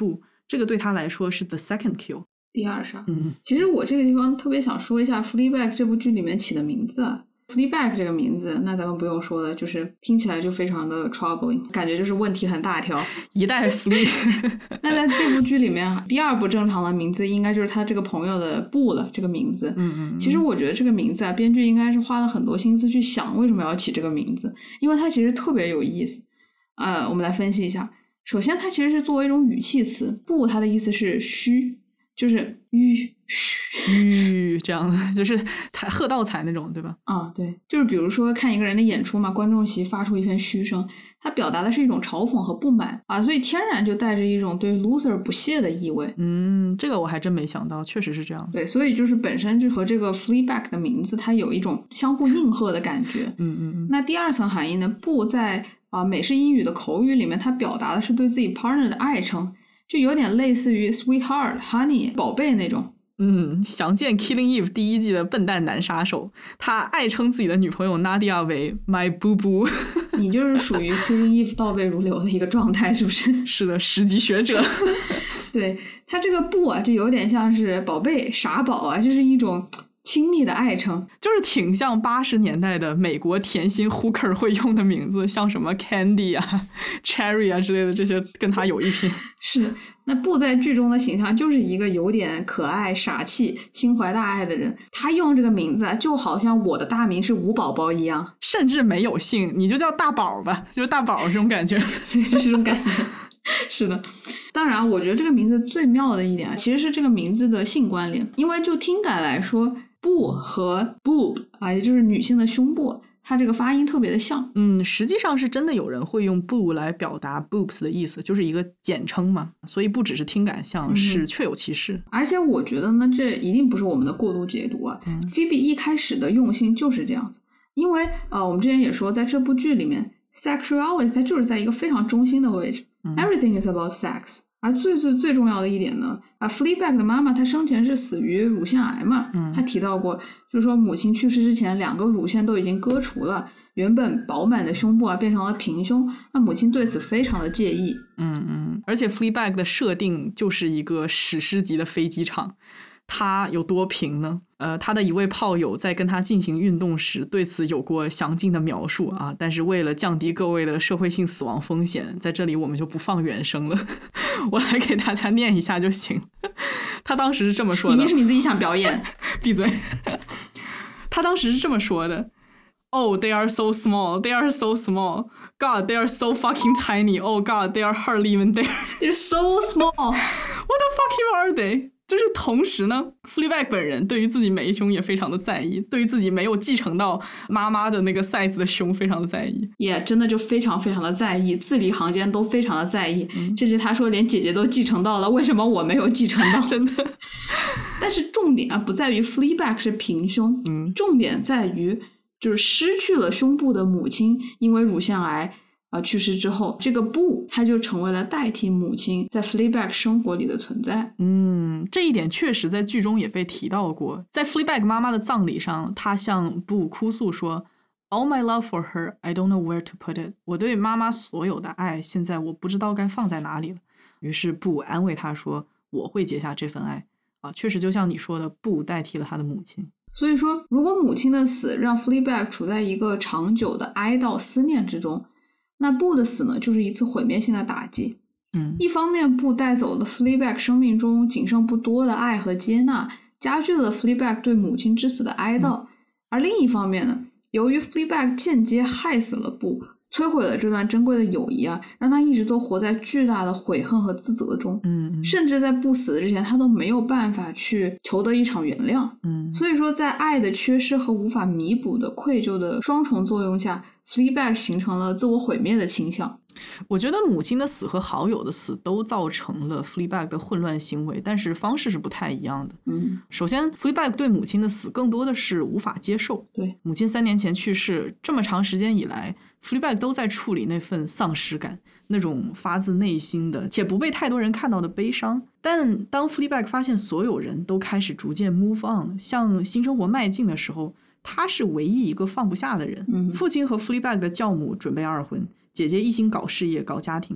这个对他来说是 the second kill， 第二杀。其实我这个地方特别想说一下 Fleabag 这部剧里面起的名字啊。Fleabag 这个名字那咱们不用说了，就是听起来就非常的 troubling， 感觉就是问题很大条， 一代 Flea 那在这部剧里面第二部正常的名字应该就是他这个朋友的布了这个名字。其实我觉得这个名字啊，编剧应该是花了很多心思去想为什么要起这个名字，因为它其实特别有意思。我们来分析一下。首先它其实是作为一种语气词，布它的意思是虚，就是嘘这样的，就是喝倒彩那种，对吧？ 对，就是比如说看一个人的演出嘛，观众席发出一片嘘声，它表达的是一种嘲讽和不满所以天然就带着一种对 loser 不屑的意味。 这个我还真没想到，确实是这样。 对，所以就是本身就和这个 Fleabag 的名字它有一种相互应和的感觉。那第二层含义呢，布在美式英语的口语里面，它表达的是对自己 partner 的爱称，就有点类似于 sweetheart honey 宝贝那种。 详见 Killing Eve 第1季的笨蛋男杀手，他爱称自己的女朋友 Nadia 为 my boo boo 你就是属于 Killing Eve 倒背如流的一个状态，是不是？ 是的，10级学者对，他这个布啊，就有点像是宝贝傻宝啊，就是一种亲密的爱称， 就是挺像80年代的美国甜心 hooker 会用的名字，像什么 Candy 啊 Cherry 啊之类的，这些跟他有一拼。 是，那布在剧中的形象就是一个有点可爱傻气心怀大爱的人，他用这个名字就好像我的大名是吴宝宝一样， 甚至没有姓，你就叫大宝吧，就是大宝这种感觉对，就是这种感觉是的。当然我觉得这个名字最妙的一点其实是这个名字的性关联，因为就听感来说布和 boob 也就是女性的胸部，它这个发音特别的像。 实际上是真的有人会用 boob 来表达 boobs 的意思，就是一个简称嘛，所以不只是听感像，是确有其事。 而且我觉得呢，这一定不是我们的过度解读菲比一开始的用心就是这样子，因为我们之前也说，在这部剧里面 sexuality 它就是在一个非常中心的位置，everything is about sex。而最重要的一点呢Fleabag 的妈妈她生前是死于乳腺癌嘛，她提到过，就是说母亲去世之前2个乳腺都已经割除了，原本饱满的胸部变成了平胸，那母亲对此非常的介意。 而且 Fleabag 的设定就是一个史诗级的飞机场，他有多平呢？他的一位炮友在跟他进行运动时对此有过详尽的描述但是为了降低各位的社会性死亡风险，在这里我们就不放原声了我来给大家念一下就行他当时是这么说的， 明明是你自己想表演闭嘴他当时是这么说的，Oh, they are so small. They are so small. God, they are so fucking tiny. Oh God, they are hardly even there. They're so small. What the fuck are they? 就是同时呢 Fleabag 本人对于自己没胸也非常的在意，对于自己没有继承到妈妈的那个 size 的胸非常的在意， 也真的就非常非常的在意，字里行间都非常的在意，甚至他说连姐姐都继承到了，为什么我没有继承到真的但是重点不在于 Fleabag 是平胸，重点在于就是失去了胸部的母亲因为乳腺癌去世之后，这个布它就成为了代替母亲在 Fleabag 生活里的存在。 这一点确实在剧中也被提到过，在 Fleabag 妈妈的葬礼上，她向布哭诉说 All my love for her, I don't know where to put it. 我对妈妈所有的爱现在我不知道该放在哪里了。于是布安慰她说我会结下这份爱确实就像你说的，布代替了她的母亲。 所以说如果母亲的死让 Fleabag 处在一个长久的哀悼思念之中，那布的死呢就是一次毁灭性的打击。一方面布带走了 Fleabag 生命中仅剩不多的爱和接纳，加剧了 Fleabag 对母亲之死的哀悼，而另一方面呢，由于 Fleabag 间接害死了布，摧毁了这段珍贵的友谊让他一直都活在巨大的悔恨和自责中，甚至在布死之前他都没有办法去求得一场原谅。所以说在爱的缺失和无法弥补的愧疚的双重作用下， Fleabag 形成了自我毁灭的倾向。 我觉得母亲的死和好友的死都造成了 Fleabag 的混乱行为，但是方式是不太一样的。首先 Fleabag 对母亲的死更多的是无法接受。 对， 母亲3年前去世，这么长时间以来 Fleabag 都在处理那份丧失感，那种发自内心的且不被太多人看到的悲伤。但当 Fleabag 发现所有人都开始逐渐 move on 向新生活迈进的时候，他是唯一一个放不下的人。父亲和 Fleabag 的教母准备2婚，姐姐一心搞事业搞家庭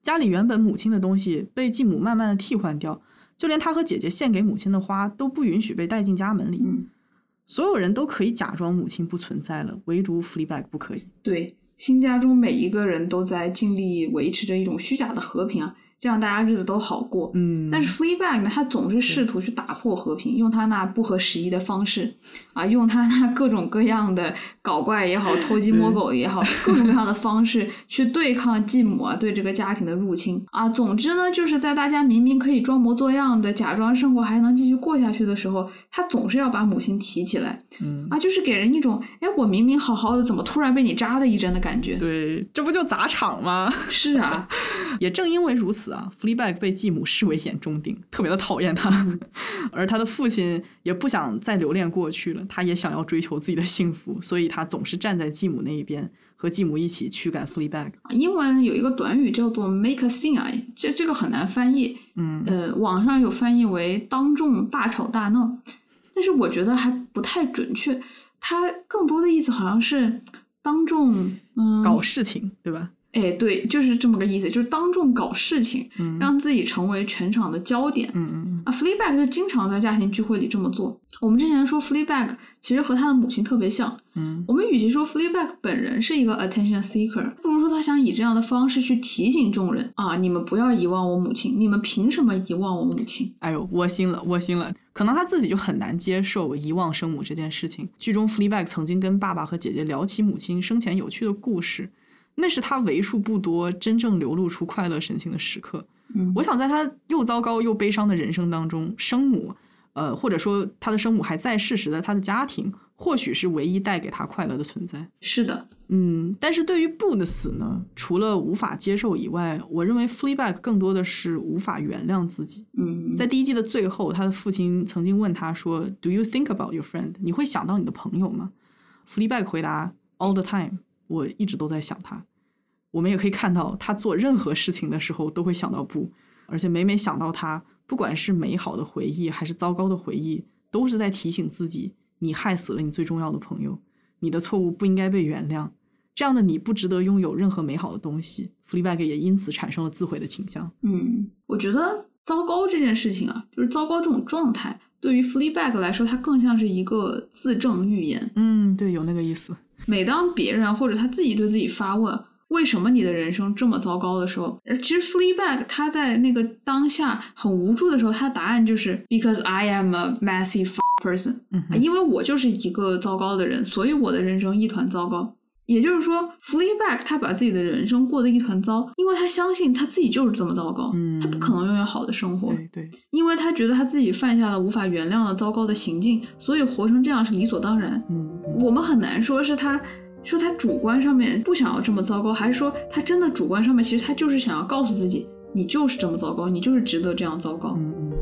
家里原本母亲的东西被继母慢慢的替换掉，就连他和姐姐献给母亲的花都不允许被带进家门里。所有人都可以假装母亲不存在了，唯独 Fleabag 不可以。 对，新家中每一个人都在尽力维持着一种虚假的和平啊，这样大家日子都好过。但是 Fleabag 呢，他总是试图去打破和平，用他那不合时宜的方式啊，用他那各种各样的搞怪也好，偷鸡摸狗也好，各种各样的方式去对抗继母啊对这个家庭的入侵啊。总之呢，就是在大家明明可以装模作样的假装生活还能继续过下去的时候，他总是要把母亲提起来。就是给人一种我明明好好的，怎么突然被你扎的一针的感觉。 对，这不就砸场吗？ 是啊。 也正因为如此啊， Fleabag 被继母视为眼中钉，特别的讨厌他。而他的父亲也不想再留恋过去了，他也想要追求自己的幸福，所以他总是站在继母那一边，和继母一起驱赶 Fleabag。 英文有一个短语叫做 make a scene 啊，这个很难翻译。网上有翻译为当众大吵大闹，但是我觉得还不太准确，它更多的意思好像是当众搞事情，对吧？ 对，就是这么个意思，就是当众搞事情，让自己成为全场的焦点。Fleabag 就经常在家庭聚会里这么做。我们之前说 Fleabag 其实和他的母亲特别像。我们与其说 Fleabag 本人是一个 attention seeker， 不如说他想以这样的方式去提醒众人啊，你们不要遗忘我母亲，你们凭什么遗忘我母亲？ 哎呦，窝心了，窝心了。可能他自己就很难接受遗忘生母这件事情。剧中 Fleabag 曾经跟爸爸和姐姐聊起母亲生前有趣的故事，那是他为数不多真正流露出快乐神情的时刻。我想在他又糟糕又悲伤的人生当中，生母或者说他的生母还在世时的他的家庭，或许是唯一带给他快乐的存在。 是的。 但是对于布的死呢，除了无法接受以外，我认为 Fleabag 更多的是无法原谅自己。在第一季的最后，他的父亲曾经问他说 Do you think about your friend？ 你会想到你的朋友吗？ Fleabag 回答 All the time， 我一直都在想他。我们也可以看到他做任何事情的时候都会想到布，而且每每想到他，不管是美好的回忆还是糟糕的回忆，都是在提醒自己，你害死了你最重要的朋友，你的错误不应该被原谅，这样的你不值得拥有任何美好的东西。 Fleabag 也因此产生了自毁的倾向。 我觉得糟糕这件事情啊，就是糟糕这种状态，对于 Fleabag 来说，它更像是一个自证预言。 对，有那个意思。 每当别人或者他自己对自己发问为什么你的人生这么糟糕的时候，其实 Fleabag 他在那个当下很无助的时候，他的答案就是 Because I am a messy person，因为我就是一个糟糕的人，所以我的人生一团糟糕。也就是说 Fleabag 他把自己的人生过得一团糟，因为他相信他自己就是这么糟糕，他不可能拥有好的生活。 对， 因为他觉得他自己犯下了无法原谅的糟糕的行径，所以活成这样是理所当然。我们很难说是他主观上面不想要这么糟糕，还是说他真的主观上面其实他就是想要告诉自己，你就是这么糟糕，你就是值得这样糟糕。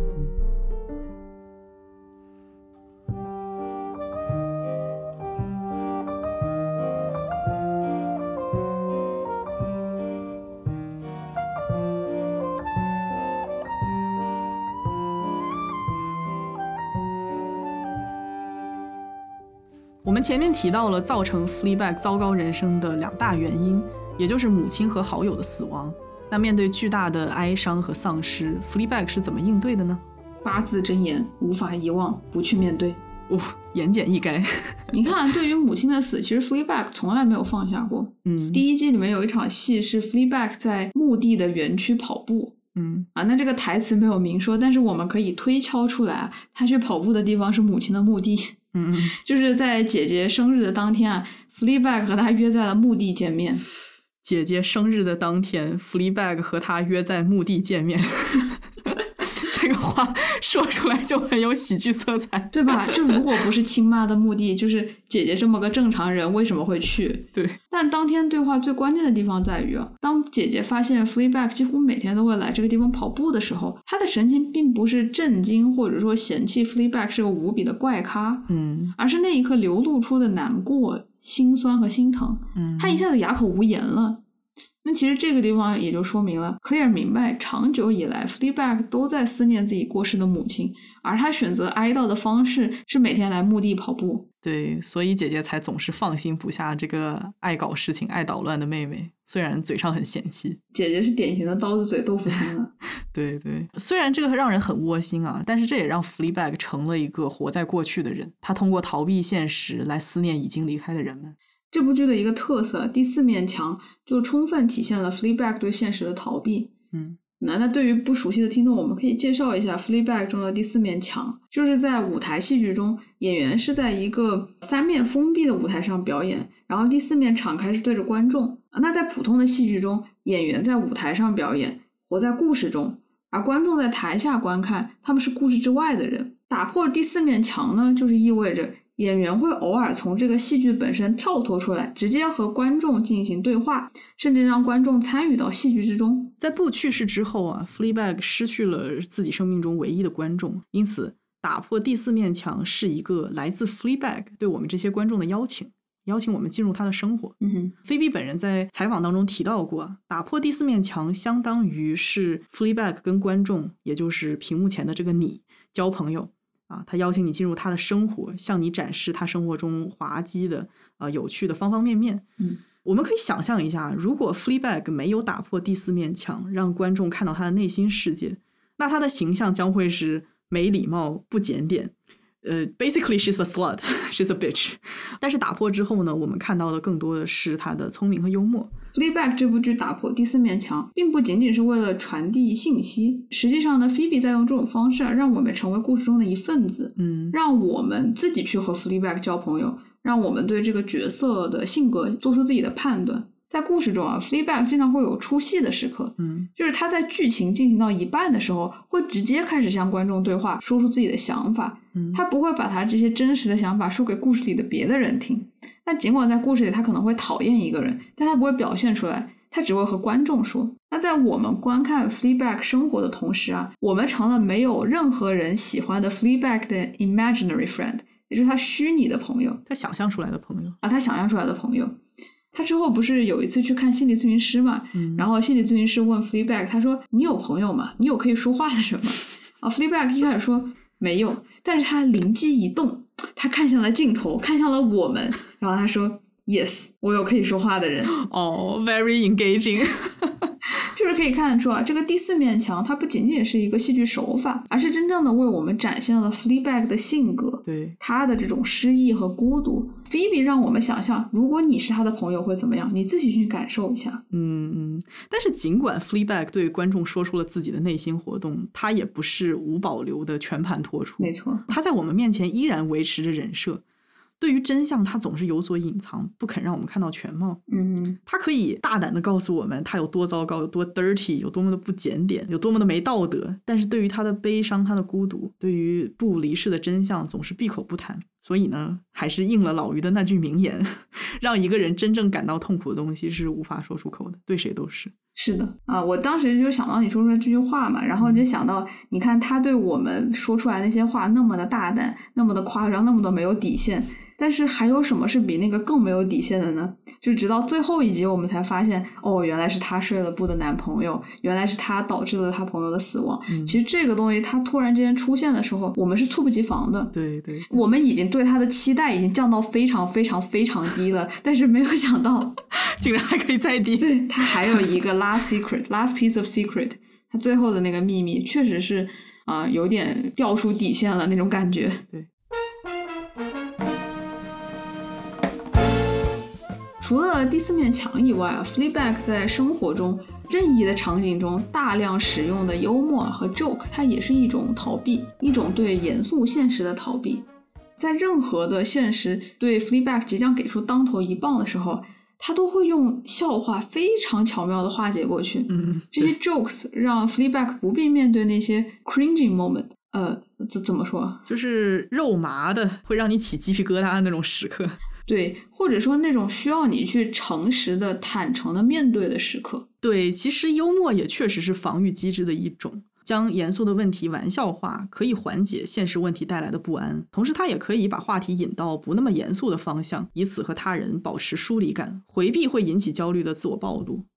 我们前面提到了造成 Fleabag 糟糕人生的2大原因，也就是母亲和好友的死亡。那面对巨大的哀伤和丧失， Fleabag 是怎么应对的呢？8 字真言，无法遗忘，不去面对。 言简意赅。 你看，对于母亲的死，其实 Fleabag 从来没有放下过。第一季里面有一场戏是 Fleabag 在墓地的园区跑步。那这个台词没有明说，但是我们可以推敲出来，他去跑步的地方是母亲的墓地。就是在姐姐生日的当天啊 Fleabag 和她约在了墓地见面。 姐姐生日的当天 Fleabag 和她约在墓地见面。这个话说出来就很有喜剧色彩， 对吧？就如果不是亲妈的墓地，就是姐姐这么个正常人为什么会去？ 对。 但当天对话最关键的地方在于，当姐姐发现 Fleabag 几乎每天都会来这个地方跑步的时候，她的神情并不是震惊或者说嫌弃 Fleabag 是个无比的怪咖，而是那一刻流露出的难过、心酸和心疼。她一下子哑口无言了。那其实这个地方也就说明了 Claire 明白长久以来 Fleabag 都在思念自己过世的母亲，而他选择哀悼的方式是每天来墓地跑步。 对，所以姐姐才总是放心不下这个爱搞事情爱捣乱的妹妹，虽然嘴上很嫌弃。 姐姐是典型的刀子嘴豆腐心啊。 对对，虽然这个让人很窝心啊，但是这也让 Fleabag 成了一个活在过去的人，他通过逃避现实来思念已经离开的人们。 这部剧的一个特色，第四面墙就充分体现了 Fleabag 对现实的逃避。那对于不熟悉的听众，我们可以介绍一下 Fleabag 中的第四面墙，就是在舞台戏剧中，演员是在一个三面封闭的舞台上表演，然后第四面敞开是对着观众。那在普通的戏剧中，演员在舞台上表演，活在故事中，而观众在台下观看，他们是故事之外的人。打破第四面墙呢，就是意味着演员会偶尔从这个戏剧本身跳脱出来，直接和观众进行对话，甚至让观众参与到戏剧之中。 在布去世之后啊 Fleabag 失去了自己生命中唯一的观众，因此打破第四面墙是一个来自 Fleabag 对我们这些观众的邀请我们进入他的生活。菲比本人在采访当中提到过，打破第四面墙相当于是 Fleabag 跟观众，也就是屏幕前的这个你交朋友啊，他邀请你进入他的生活，向你展示他生活中滑稽的有趣的方方面面。我们可以想象一下，如果 Fleabag 没有打破第四面墙，让观众看到他的内心世界，那他的形象将会是没礼貌不检点basically she's a slut she's a bitch。 但是打破之后呢，我们看到的更多的是他的聪明和幽默。 Fleabag 这部剧打破第四面墙并不仅仅是为了传递信息，实际上呢 Phoebe 在用这种方式让我们成为故事中的一份子，让我们自己去和 Fleabag 交朋友，让我们对这个角色的性格做出自己的判断。在故事中啊 Fleabag 经常会有出戏的时刻，就是他在剧情进行到一半的时候会直接开始向观众对话，说出自己的想法，他不会把他这些真实的想法说给故事里的别的人听。那尽管在故事里他可能会讨厌一个人，但他不会表现出来，他只会和观众说。那在我们观看 Fleabag 生活的同时啊，我们成了没有任何人喜欢的 Fleabag 的 imaginary friend， 也就是他虚拟的朋友， 他想象出来的朋友啊，他想象出来的朋友。他之后不是有一次去看心理咨询师嘛，然后心理咨询师问 Fleabag， 他说你有朋友吗？你有可以说话的人吗？Fleabag 一开始说没有，但是他灵机一动，他看向了镜头，看向了我们，然后他说 Yes， 我有可以说话的人。 very engaging 就是可以看得出啊，这个第四面墙它不仅仅是一个戏剧手法，而是真正的为我们展现了 Fleabag 的性格， 对他的这种失意和孤独。Phoebe 让我们想象，如果你是他的朋友会怎么样，你自己去感受一下。 但是尽管 Fleabag 对观众说出了自己的内心活动，他也不是无保留的全盘托出。 没错， 他在我们面前依然维持着人设，对于真相他总是有所隐藏，不肯让我们看到全貌。他可以大胆的告诉我们他有多糟糕，有多 dirty， 有多么的不检点，有多么的没道德，但是对于他的悲伤，他的孤独，对于不离世的真相总是闭口不谈。所以呢，还是应了老于的那句名言，让一个人真正感到痛苦的东西是无法说出口的，对谁都是。 是的啊，我当时就想到你说出来这句话嘛，然后就想到你看他对我们说出来那些话那么的大胆，那么的夸张，那么的没有底线，但是还有什么是比那个更没有底线的呢？就直到最后一集我们才发现，原来是他睡了布的男朋友，原来是他导致了他朋友的死亡。其实这个东西他突然之间出现的时候，我们是猝不及防的。 对对， 我们已经对他的期待已经降到非常非常非常低了，但是没有想到竟然还可以再低。 对，他还有一个 last piece of secret， 他最后的那个秘密确实是有点掉出底线了那种感觉。 对。 除了第四面墙以外Fleabag 在生活中任意的场景中大量使用的幽默和 joke， 它也是一种逃避，一种对严肃现实的逃避。在任何的现实对 Fleabag 即将给出当头一棒的时候，他都会用笑话非常巧妙的化解过去。这些 jokes 让 Fleabag 不必面对那些 cringing moment，怎么说， 就是肉麻的会让你起鸡皮疙瘩的那种时刻。 对，或者说那种需要你去诚实的坦诚的面对的时刻。 对，其实幽默也确实是防御机制的一种，将严肃的问题玩笑化，可以缓解现实问题带来的不安，同时它也可以把话题引到不那么严肃的方向，以此和他人保持疏离感，回避会引起焦虑的自我暴露。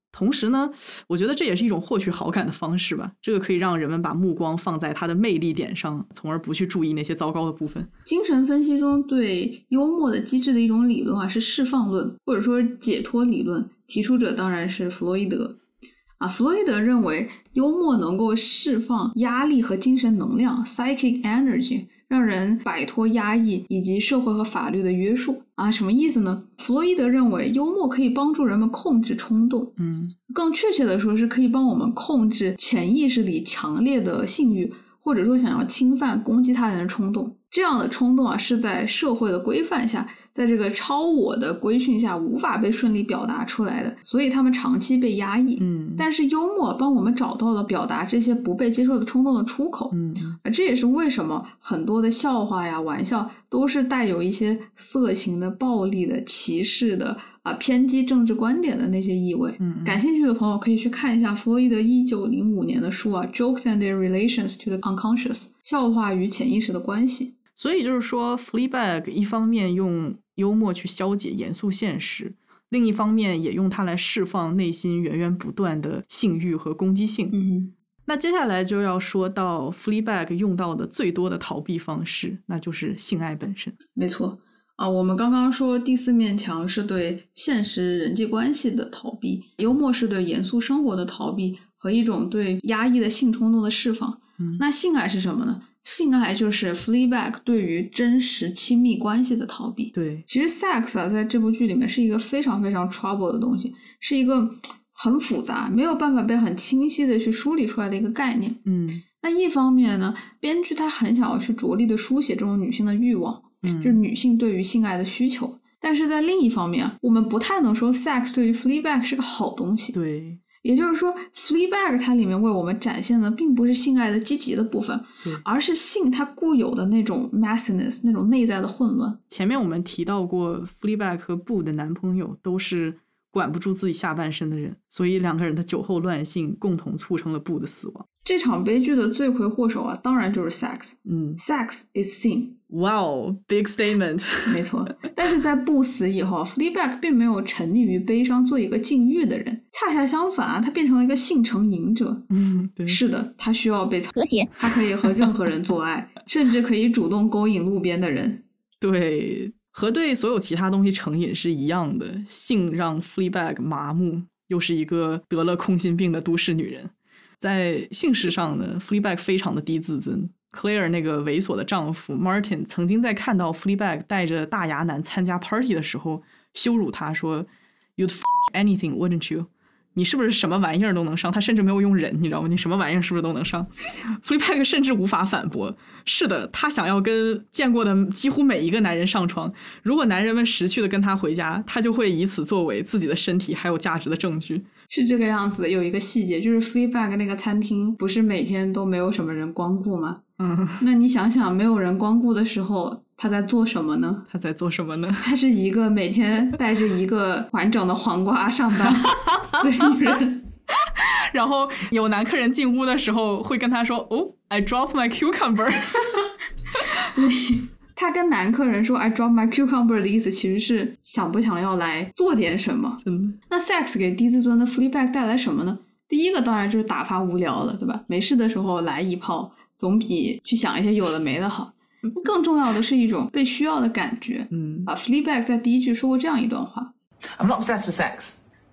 同时呢，我觉得这也是一种获取好感的方式吧，这个可以让人们把目光放在他的魅力点上，从而不去注意那些糟糕的部分。 精神分析中对幽默的机制的一种理论啊，是释放论或者说解脱理论，提出者当然是弗洛伊德啊。弗洛伊德认为幽默能够释放压力和精神能量 psychic energy， 让人摆脱压抑以及社会和法律的约束啊。什么意思呢？弗洛伊德认为幽默可以帮助人们控制冲动，更确切的说是可以帮我们控制潜意识里强烈的性欲，或者说想要侵犯攻击他人的冲动。这样的冲动啊，是在社会的规范下，在这个超我的规训下无法被顺利表达出来的，所以他们长期被压抑。但是幽默帮我们找到了表达这些不被接受的冲动的出口。这也是为什么很多的笑话呀、玩笑都是带有一些色情的、暴力的、歧视的偏激政治观点的那些意味。感兴趣的朋友可以去看一下弗洛伊德1905年的书Jokes and their Relations to the Unconscious， 笑话与潜意识的关系。 所以就是说 Fleabag 一方面用幽默去消解严肃现实，另一方面也用它来释放内心源源不断的性欲和攻击性。那接下来就要说到 Fleabag 用到的最多的逃避方式，那就是性爱本身。 没错我们刚刚说第四面墙是对现实人际关系的逃避，幽默是对严肃生活的逃避和一种对压抑的性冲动的释放。那性爱是什么呢？性爱就是 Fleabag 对于真实亲密关系的逃避。 对， 其实 sex 在这部剧里面是一个非常非常 trouble 的东西，是一个很复杂，没有办法被很清晰的去梳理出来的一个概念。那一方面呢，编剧他很想要去着力的书写这种女性的欲望，就是女性对于性爱的需求。但是在另一方面，我们不太能说 sex 对于 Fleabag 是个好东西。 对， 也就是说 Fleabag 它里面为我们展现的并不是性爱的积极的部分，而是性它固有的那种 messiness， 那种内在的混乱。 前面我们提到过 Fleabag 和 Boo 的男朋友都是管不住自己下半身的人，所以两个人的酒后乱性共同促成了 Boo 的死亡。 这场悲剧的罪魁祸首当然就是 sex。Sex is sin。 Wow, big statement。 没错。但是在Boo死以后Fleabag 并没有沉溺于悲伤做一个禁欲的人，恰恰相反他变成了一个性成瘾者。 对， 是的，他需要被和谐， 他可以和任何人做爱甚至可以主动勾引路边的人。 对，和对所有其他东西成瘾是一样的，性让 Fleabag 麻木，又是一个得了空心病的都市女人。在性事上呢 Fleabag 非常的低自尊。Claire 那个猥琐的丈夫 Martin 曾经在看到 Fleabag 带着大牙男参加 party 的时候羞辱他说 You'd f anything, wouldn't you？ 你是不是什么玩意儿都能上？他甚至没有用人，你知道吗？你什么玩意儿是不是都能上？ Fleabag 甚至无法反驳，是的，他想要跟见过的几乎每一个男人上床，如果男人们识趣的跟他回家，他就会以此作为自己的身体还有价值的证据。 是这个样子的。有一个细节就是 Fleabag 那个餐厅不是每天都没有什么人光顾吗？那你想想没有人光顾的时候他在做什么呢？ 他在做什么呢？ 他是一个每天带着一个完整的黄瓜上班的女人。 然后有男客人进屋的时候会跟他说 Oh, I dropped my cucumber。 对，他跟男客人说 I dropped my cucumber 的意思其实是想不想要来做点什么。 真的。 那 sex 给低自尊的 Fleabag 带来什么呢？第一个当然就是打发无聊了，对吧？没事的时候来一炮总比去想一些有的没的好。更重要的是一种被需要的感觉。Fleabag 在第一句说过这样一段话 I'm not obsessed with sex.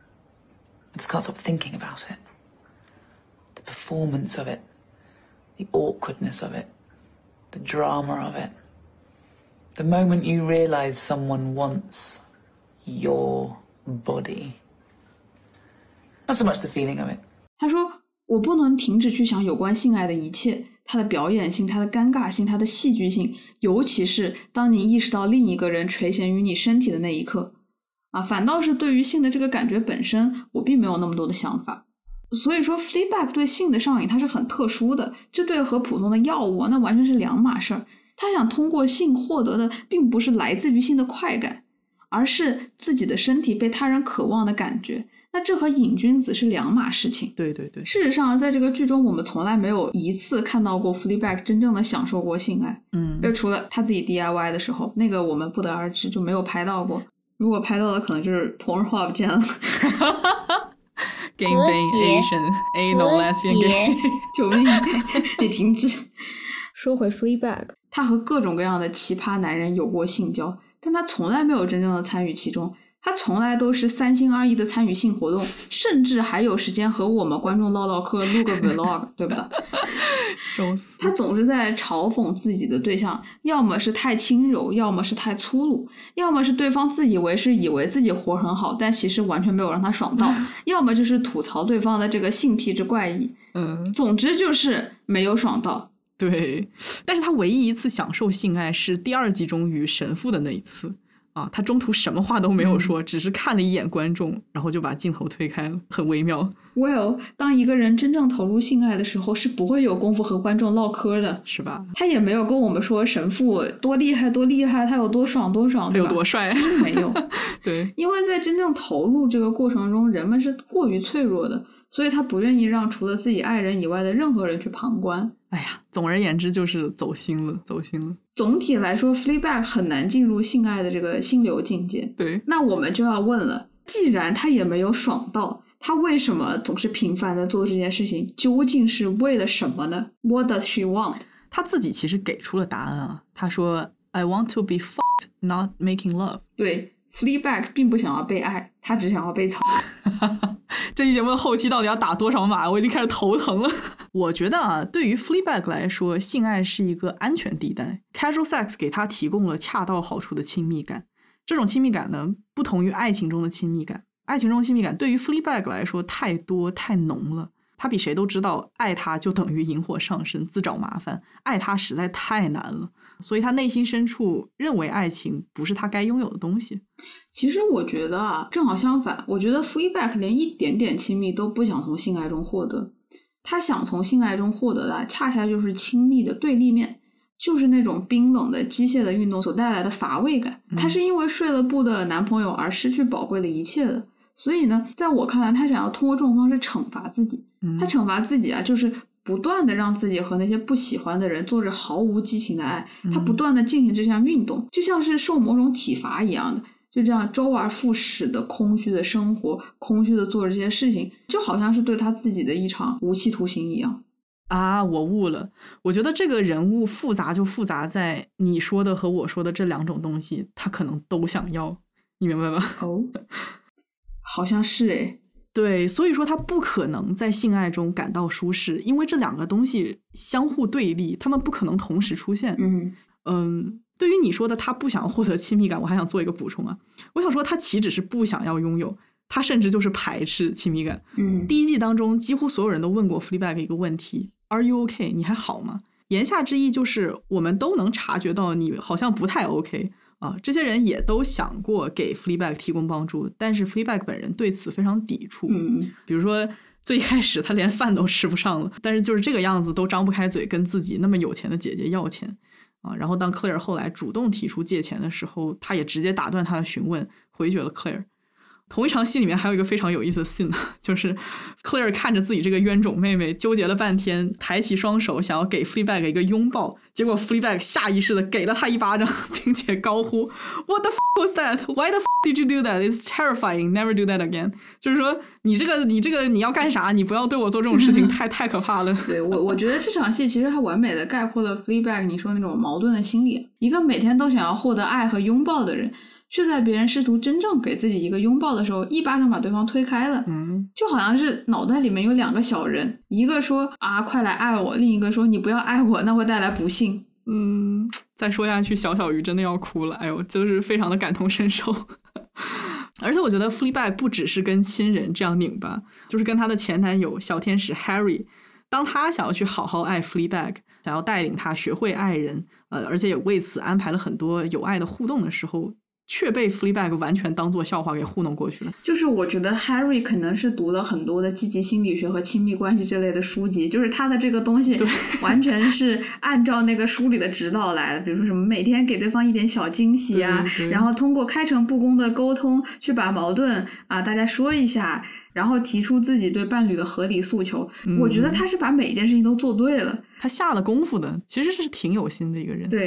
I just can't stop thinking about it. The performance of it. The awkwardness of it. The drama of it. The moment you realize someone wants your body. Not so much the feeling of it. 他说我不能停止去想有关性爱的一切，它的表演性，它的尴尬性，它的戏剧性，尤其是当你意识到另一个人垂涎于你身体的那一刻反倒是对于性的这个感觉本身我并没有那么多的想法。所以说 Fleabag 对性的上瘾它是很特殊的，这对和普通的药物那完全是两码事儿。他想通过性获得的并不是来自于性的快感，而是自己的身体被他人渴望的感觉，那这和瘾君子是两码事情。 对对对。 事实上在这个剧中我们从来没有一次看到过 Fleabag 真正的享受过性爱。就除了他自己 DIY 的时候，那个我们不得而知，就没有拍到过。如果拍到的可能就是 Pornhub 见了。 Gangbang Asian Anal Lesbian Gay 救命你停止。说回 Fleabag， 他和各种各样的奇葩男人有过性交，但他从来没有真正的参与其中，他从来都是三心二意的参与性活动，甚至还有时间和我们观众唠唠嗑，录个 vlog 对吧？ 笑死。 他总是在嘲讽自己的对象，要么是太轻柔，要么是太粗鲁，要么是对方自以为自己活很好，但其实完全没有让他爽到，要么就是吐槽对方的这个性癖之怪异。总之就是没有爽到。 对，但是他唯一一次享受性爱是第2季中与神父的那一次啊，他中途什么话都没有说，只是看了一眼观众，然后就把镜头推开了，很微妙。 Well， 当一个人真正投入性爱的时候，是不会有功夫和观众唠嗑的， 是吧？ 他也没有跟我们说神父多厉害多厉害，他有多爽多爽， 他有多帅， 没有。 对， 因为在真正投入这个过程中，人们是过于脆弱的，所以他不愿意让除了自己爱人以外的任何人去旁观。 哎呀，总而言之就是走心了。 总体来说 Fleabag 很难进入性爱的这个心流境界。 对， 那我们就要问了，既然他也没有爽到，他为什么总是频繁的做这件事情？究竟是为了什么呢？ What does she want？ 他自己其实给出了答案啊，他说 I want to be fucked, not making love。 对， Fleabag 并不想要被爱，他只想要被操。 这期节目的后期到底要打多少码，我已经开始头疼了。我觉得啊，对于 Fleabag 来说，性爱是一个安全地带， Casual Sex 给他提供了恰到好处的亲密感。这种亲密感呢，不同于爱情中的亲密感。爱情中的亲密感对于 Fleabag 来说太多太浓了，他比谁都知道爱他就等于引火上身，自找麻烦，爱他实在太难了，所以他内心深处认为爱情不是他该拥有的东西。 其实我觉得啊，正好相反，我觉得 Fleabag 连一点点亲密都不想从性爱中获得，他想从性爱中获得的恰恰就是亲密的对立面，就是那种冰冷的机械的运动所带来的乏味感。他是因为睡了步的男朋友而失去宝贵的一切的，所以呢，在我看来，他想要通过这种方式惩罚自己。他惩罚自己啊，就是不断的让自己和那些不喜欢的人做着毫无激情的爱，他不断的进行这项运动，就像是受某种体罚一样的，就这样周而复始的空虚的生活，空虚的做这些事情，就好像是对他自己的一场无期徒刑一样。 啊，我悟了。我觉得这个人物复杂就复杂在你说的和我说的这两种东西他可能都想要，你明白吗？ 哦，好像是诶。 对，所以说他不可能在性爱中感到舒适，因为这两个东西相互对立，他们不可能同时出现。对于你说的他不想要获得亲密感，我还想做一个补充啊。我想说他岂止是不想要拥有，他甚至就是排斥亲密感。第一季当中几乎所有人都问过 Fleabag 一个问题， Are you okay？ 你还好吗？言下之意就是我们都能察觉到你好像不太 OK啊，这些人也都想过给 Fleabag 提供帮助，但是 Fleabag 本人对此非常抵触。比如说最开始他连饭都吃不上了，但是就是这个样子都张不开嘴跟自己那么有钱的姐姐要钱啊。然后当 Claire 后来主动提出借钱的时候，他也直接打断他的询问，回绝了 Claire。同一场戏里面还有一个非常有意思的 scene， 就是 Claire 看着自己这个冤种妹妹纠结了半天，抬起双手想要给 Fleabag 一个拥抱，结果 Fleabag 下意识的给了他一巴掌，并且高呼 What the f*** was that? Why the f*** did you do that? It's terrifying. Never do that again. 就是说你这个你要干啥？你不要对我做这种事情，太可怕了。 对，我觉得这场戏其实还完美的概括了 Fleabag 你说那种矛盾的心理。一个每天都想要获得爱和拥抱的人，却在别人试图真正给自己一个拥抱的时候，一巴掌把对方推开了。就好像是脑袋里面有两个小人，一个说啊快来爱我，另一个说你不要爱我，那会带来不幸。 再说下去小小鱼真的要哭了，哎呦，就是非常的感同身受。而且我觉得 Fleabag 不只是跟亲人这样拧巴，就是跟她的前男友小天使 Harry， 当他想要去好好爱 Fleabag， 想要带领他学会爱人，而且也为此安排了很多有爱的互动的时候，却被 Fleabag 完全当作笑话给糊弄过去了。 就是我觉得 Harry 可能是读了很多的积极心理学和亲密关系这类的书籍，就是他的这个东西完全是按照那个书里的指导来的，比如说什么每天给对方一点小惊喜啊，然后通过开诚布公的沟通去把矛盾啊大家说一下，然后提出自己对伴侣的合理诉求。我觉得他是把每一件事情都做对了， 他下了功夫的，其实是挺有心的一个人。 对，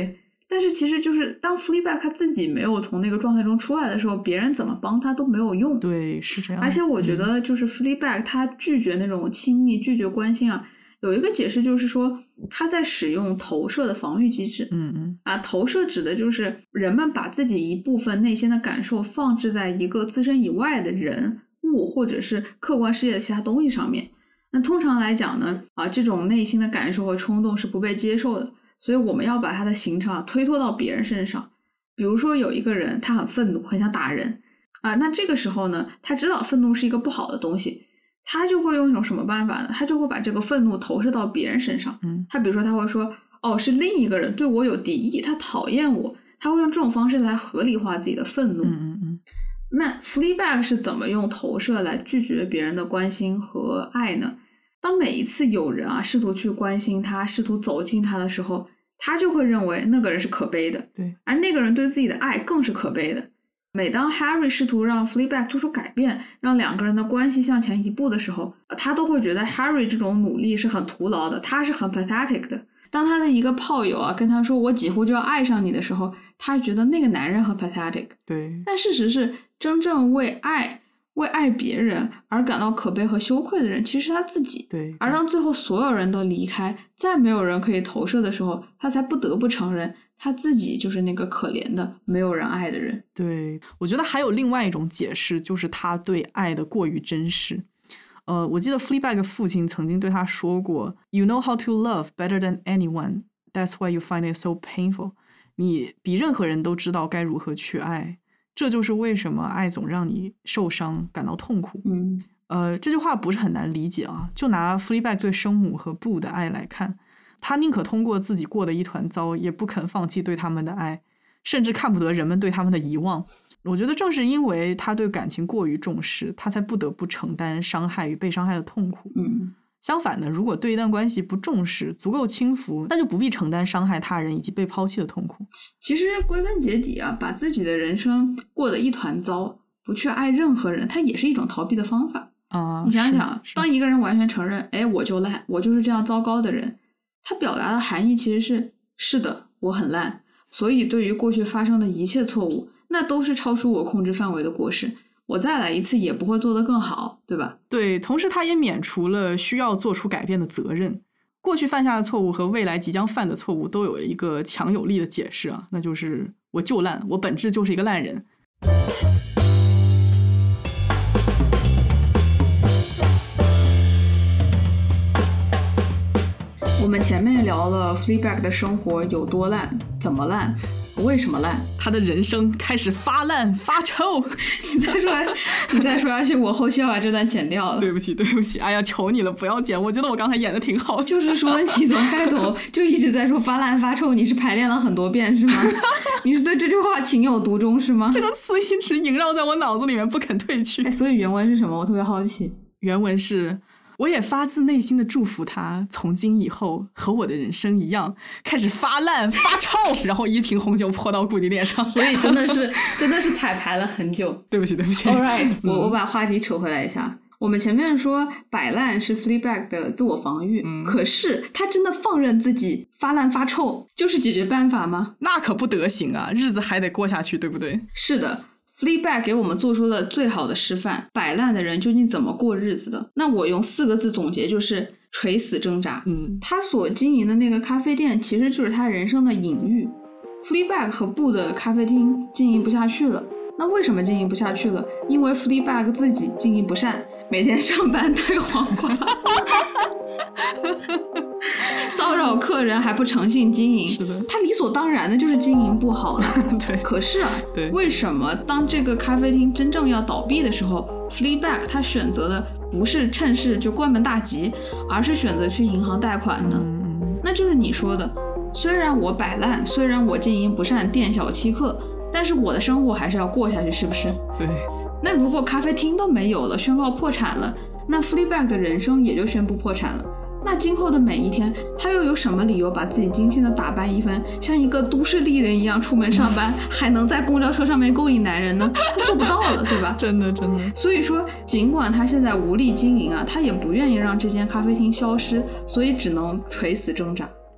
但是其实就是当 Fleabag 他自己没有从那个状态中出来的时候，别人怎么帮他都没有用。 对，是这样。 而且我觉得就是 Fleabag 他拒绝那种亲密，拒绝关心啊，有一个解释就是说他在使用投射的防御机制。投射指的就是人们把自己一部分内心的感受放置在一个自身以外的人物或者是客观世界的其他东西上面。那通常来讲呢，这种内心的感受和冲动是不被接受的，所以我们要把它的形成推脱到别人身上。比如说有一个人他很愤怒，很想打人那这个时候呢，他知道愤怒是一个不好的东西，他就会用一种什么办法呢？他就会把这个愤怒投射到别人身上。他比如说他会说是另一个人对我有敌意，他讨厌我，他会用这种方式来合理化自己的愤怒。那 Fleabag 是怎么用投射来拒绝别人的关心和爱呢？当每一次有人试图去关心他，试图走近他的时候，他就会认为那个人是可悲的， 对， 而那个人对自己的爱更是可悲的。每当 Harry 试图让 Fleabag 做出改变，让两个人的关系向前一步的时候，他都会觉得 Harry 这种努力是很徒劳的，他是很 pathetic 的。当他的一个炮友跟他说我几乎就要爱上你的时候，他觉得那个男人很 pathetic。 对， 但事实是真正为爱别人而感到可悲和羞愧的人其实是他自己。 对， 而当最后所有人都离开，再没有人可以投射的时候，他才不得不承认他自己就是那个可怜的没有人爱的人。 对，我觉得还有另外一种解释，就是他对爱的过于珍视。我记得 Fleabag 父亲曾经对他说过 You know how to love better than anyone, that's why you find it so painful. 你比任何人都知道该如何去爱，这就是为什么爱总让你受伤感到痛苦。这句话不是很难理解就拿 Fleabag 对生母和 Boo 的爱来看，他宁可通过自己过得一团糟，也不肯放弃对他们的爱，甚至看不得人们对他们的遗忘。我觉得正是因为他对感情过于重视，他才不得不承担伤害与被伤害的痛苦。相反的，如果对一段关系不重视，足够轻浮，那就不必承担伤害他人以及被抛弃的痛苦。 其实归根结底把自己的人生过得一团糟，不去爱任何人，它也是一种逃避的方法。你想想，当一个人完全承认我就烂，我就是这样糟糕的人，他表达的含义其实是的，我很烂，所以对于过去发生的一切错误，那都是超出我控制范围的过失，我再来一次也不会做得更好，对吧？ 对，同时他也免除了需要做出改变的责任。过去犯下的错误和未来即将犯的错误都有一个强有力的解释那就是我就烂，我本质就是一个烂人。 我们前面聊了 Fleabag 的生活有多烂，怎么烂，为什么烂， 他的人生开始发烂发臭。 你再说下去，我后期要把这段剪掉了。 对不起，哎呀，求你了，不要剪，我觉得我刚才演的挺好。 就是说你从开头就一直在说发烂发臭，你是排练了很多遍是吗？你是对这句话情有独钟是吗？ 这个词一直萦绕在我脑子里面不肯褪去。 所以原文是什么？我特别好奇。 原文是我也发自内心的祝福他从今以后和我的人生一样开始发烂发臭，然后一瓶红酒泼到顾里脸上。 所以真的是彩排了很久。 对不起 All right， 我把话题扯回来一下。我们前面说摆烂是 Fleabag 的自我防御，可是他真的放任自己发烂发臭就是解决办法吗？ 那可不得行日子还得过下去，对不对？ 是的， Fleabag 给我们做出了最好的示范，摆烂的人究竟怎么过日子的。那我用4个字总结，就是垂死挣扎。他所经营的那个咖啡店其实就是他人生的隐喻。 Fleabag 和 Boo 的咖啡厅经营不下去了，那为什么经营不下去了？因为 Fleabag 自己经营不善，每天上班戴黄瓜骚扰客人还不诚信经营， 是的， 他理所当然的就是经营不好了。 对， 可是对， 为什么当这个咖啡厅真正要倒闭的时候， Fleabag 他选择的不是趁势就关门大吉，而是选择去银行贷款呢？那就是你说的，虽然我摆烂，虽然我经营不善，店小欺客，但是我的生活还是要过下去，是不是？ 对。 那如果咖啡厅都没有了，宣告破产了，那 Fleabag 的人生也就宣布破产了。那今后的每一天，他又有什么理由把自己精心的打扮一番，像一个都市丽人一样出门上班，还能在公交车上面勾引男人呢？他做不到了，对吧？ 真的。 所以说，尽管他现在无力经营他也不愿意让这间咖啡厅消失，所以只能垂死挣扎。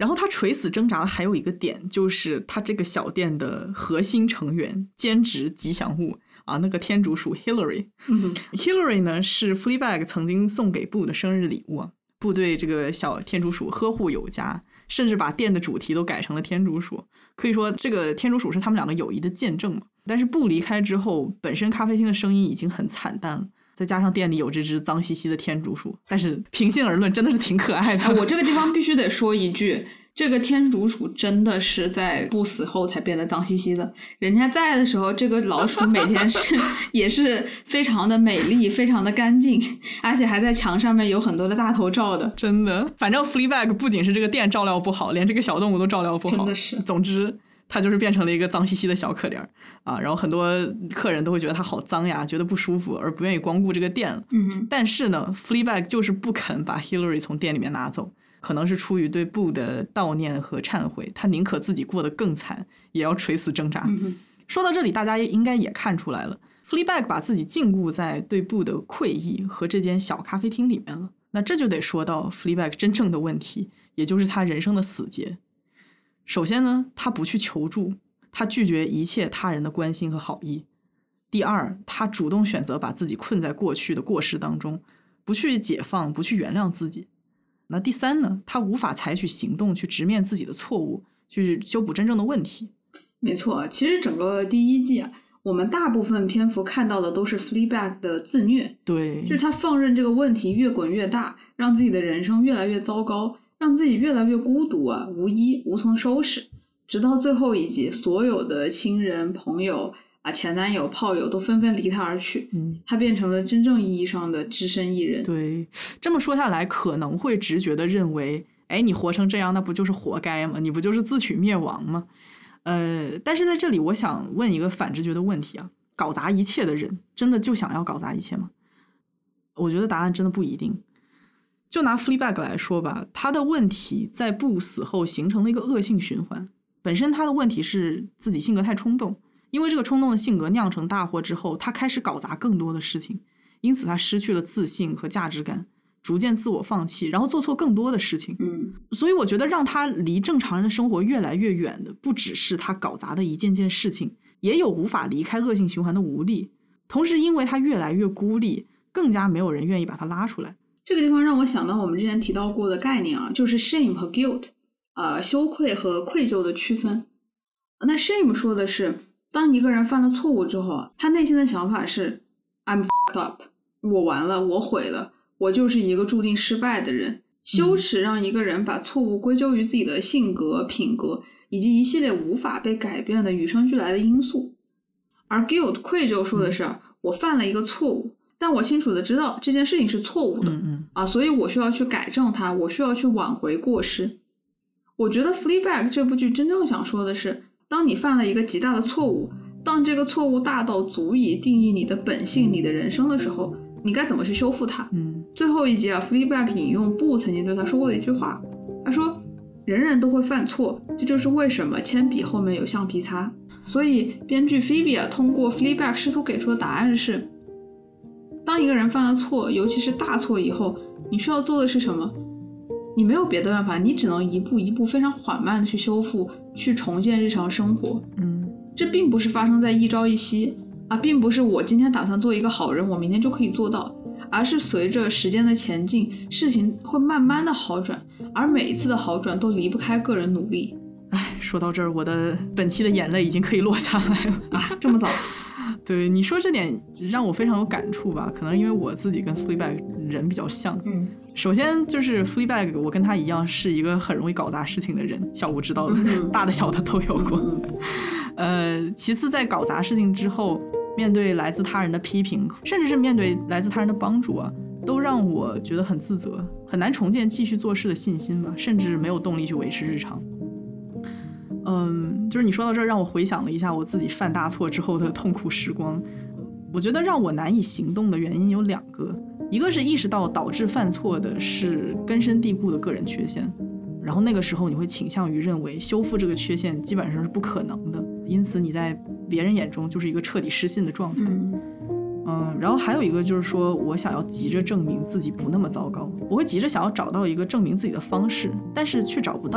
然后他垂死挣扎的还有一个点，就是他这个小店的核心成员兼职吉祥物啊，那个天竺鼠 Hillary。Hillary 呢是 Fleabag 曾经送给布的生日礼物啊，布对这个小天竺鼠呵护有加，甚至把店的主题都改成了天竺鼠，可以说这个天竺鼠是他们两个友谊的见证嘛。但是布离开之后，本身咖啡厅的生意已经很惨淡了，再加上店里有这只脏兮兮的天竺鼠，但是平心而论真的是挺可爱的。 我这个地方必须得说一句，这个天竺鼠真的是在布死后才变得脏兮兮的，人家在的时候这个老鼠每天也是非常的美丽，非常的干净，而且还在墙上面有很多的大头照的。 真的，反正 Fleabag 不仅是这个店照料不好，连这个小动物都照料不好， 真的是。 总之他就是变成了一个脏兮兮的小可怜啊，然后很多客人都会觉得他好脏呀，觉得不舒服，而不愿意光顾这个店了。但是呢 Fleabag 就是不肯把 Hillary 从店里面拿走，可能是出于对布的悼念和忏悔，他宁可自己过得更惨，也要垂死挣扎。说到这里，大家应该也看出来了， Fleabag 把自己禁锢在对布的愧意和这间小咖啡厅里面了。那这就得说到 Fleabag 真正的问题，也就是他人生的死结。首先呢，他不去求助，他拒绝一切他人的关心和好意。第二，他主动选择把自己困在过去的过失当中，不去解放，不去原谅自己。那第三呢，他无法采取行动去直面自己的错误，去修补真正的问题。 没错，其实整个第一季啊，我们大部分篇幅看到的都是 Fleabag 的自虐， 对， 就是他放任这个问题越滚越大，让自己的人生越来越糟糕，让自己越来越孤独啊，无依无从收拾，直到最后一集，所有的亲人朋友啊，前男友炮友都纷纷离他而去，他变成了真正意义上的只身一人。 对，这么说下来可能会直觉的认为，哎，你活成这样那不就是活该吗？你不就是自取灭亡吗？但是在这里我想问一个反直觉的问题啊，搞砸一切的人真的就想要搞砸一切吗？我觉得答案真的不一定。就拿 Fleabag 来说吧，他的问题在布死后形成了一个恶性循环。本身他的问题是自己性格太冲动，因为这个冲动的性格酿成大祸之后，他开始搞砸更多的事情，因此他失去了自信和价值感，逐渐自我放弃，然后做错更多的事情。所以我觉得让他离正常人的生活越来越远的，不只是他搞砸的一件件事情，也有无法离开恶性循环的无力。同时因为他越来越孤立，更加没有人愿意把他拉出来。 这个地方让我想到我们之前提到过的概念啊，就是 shame 和 guilt，羞愧和愧疚的区分。那 shame 说的是，当一个人犯了错误之后，他内心的想法是 I'm fucked up， 我完了，我毁了，我就是一个注定失败的人。羞耻让一个人把错误归咎于自己的性格、品格以及一系列无法被改变的与生俱来的因素。而 guilt 愧疚说的是，我犯了一个错误，但我清楚的知道这件事情是错误的，所以我需要去改正它，我需要去挽回过失。我觉得 Fleabag 这部剧真正想说的是，当你犯了一个极大的错误，当这个错误大到足以定义你的本性、你的人生的时候，你该怎么去修复它。最后一集啊 Fleabag 引用布曾经对他说过的一句话，他说人人都会犯错，这就是为什么铅笔后面有橡皮擦。所以编剧 Phoebe 通过 Fleabag 试图给出的答案是，当一个人犯了错，尤其是大错以后，你需要做的是什么？你没有别的办法，你只能一步一步非常缓慢的去修复，去重建日常生活。这并不是发生在一朝一夕啊，并不是我今天打算做一个好人，我明天就可以做到，而是随着时间的前进，事情会慢慢的好转，而每一次的好转都离不开个人努力。 哎，说到这儿，我的本期的眼泪已经可以落下来了啊！这么早？ 对，你说这点让我非常有感触吧？可能因为我自己跟 Fleabag 人比较像。首先就是 Fleabag 我跟他一样是一个很容易搞砸事情的人，小吴知道的，大的小的都有过。其次在搞砸事情之后，面对来自他人的批评，甚至是面对来自他人的帮助啊，都让我觉得很自责，很难重建继续做事的信心吧，甚至没有动力去维持日常。就是你说到这儿，让我回想了一下我自己犯大错之后的痛苦时光。我觉得让我难以行动的原因有两个，一个是意识到导致犯错的是根深蒂固的个人缺陷，然后那个时候你会倾向于认为修复这个缺陷基本上是不可能的，因此你在别人眼中就是一个彻底失信的状态。然后还有一个就是说我想要急着证明自己不那么糟糕，我会急着想要找到一个证明自己的方式，但是却找不到，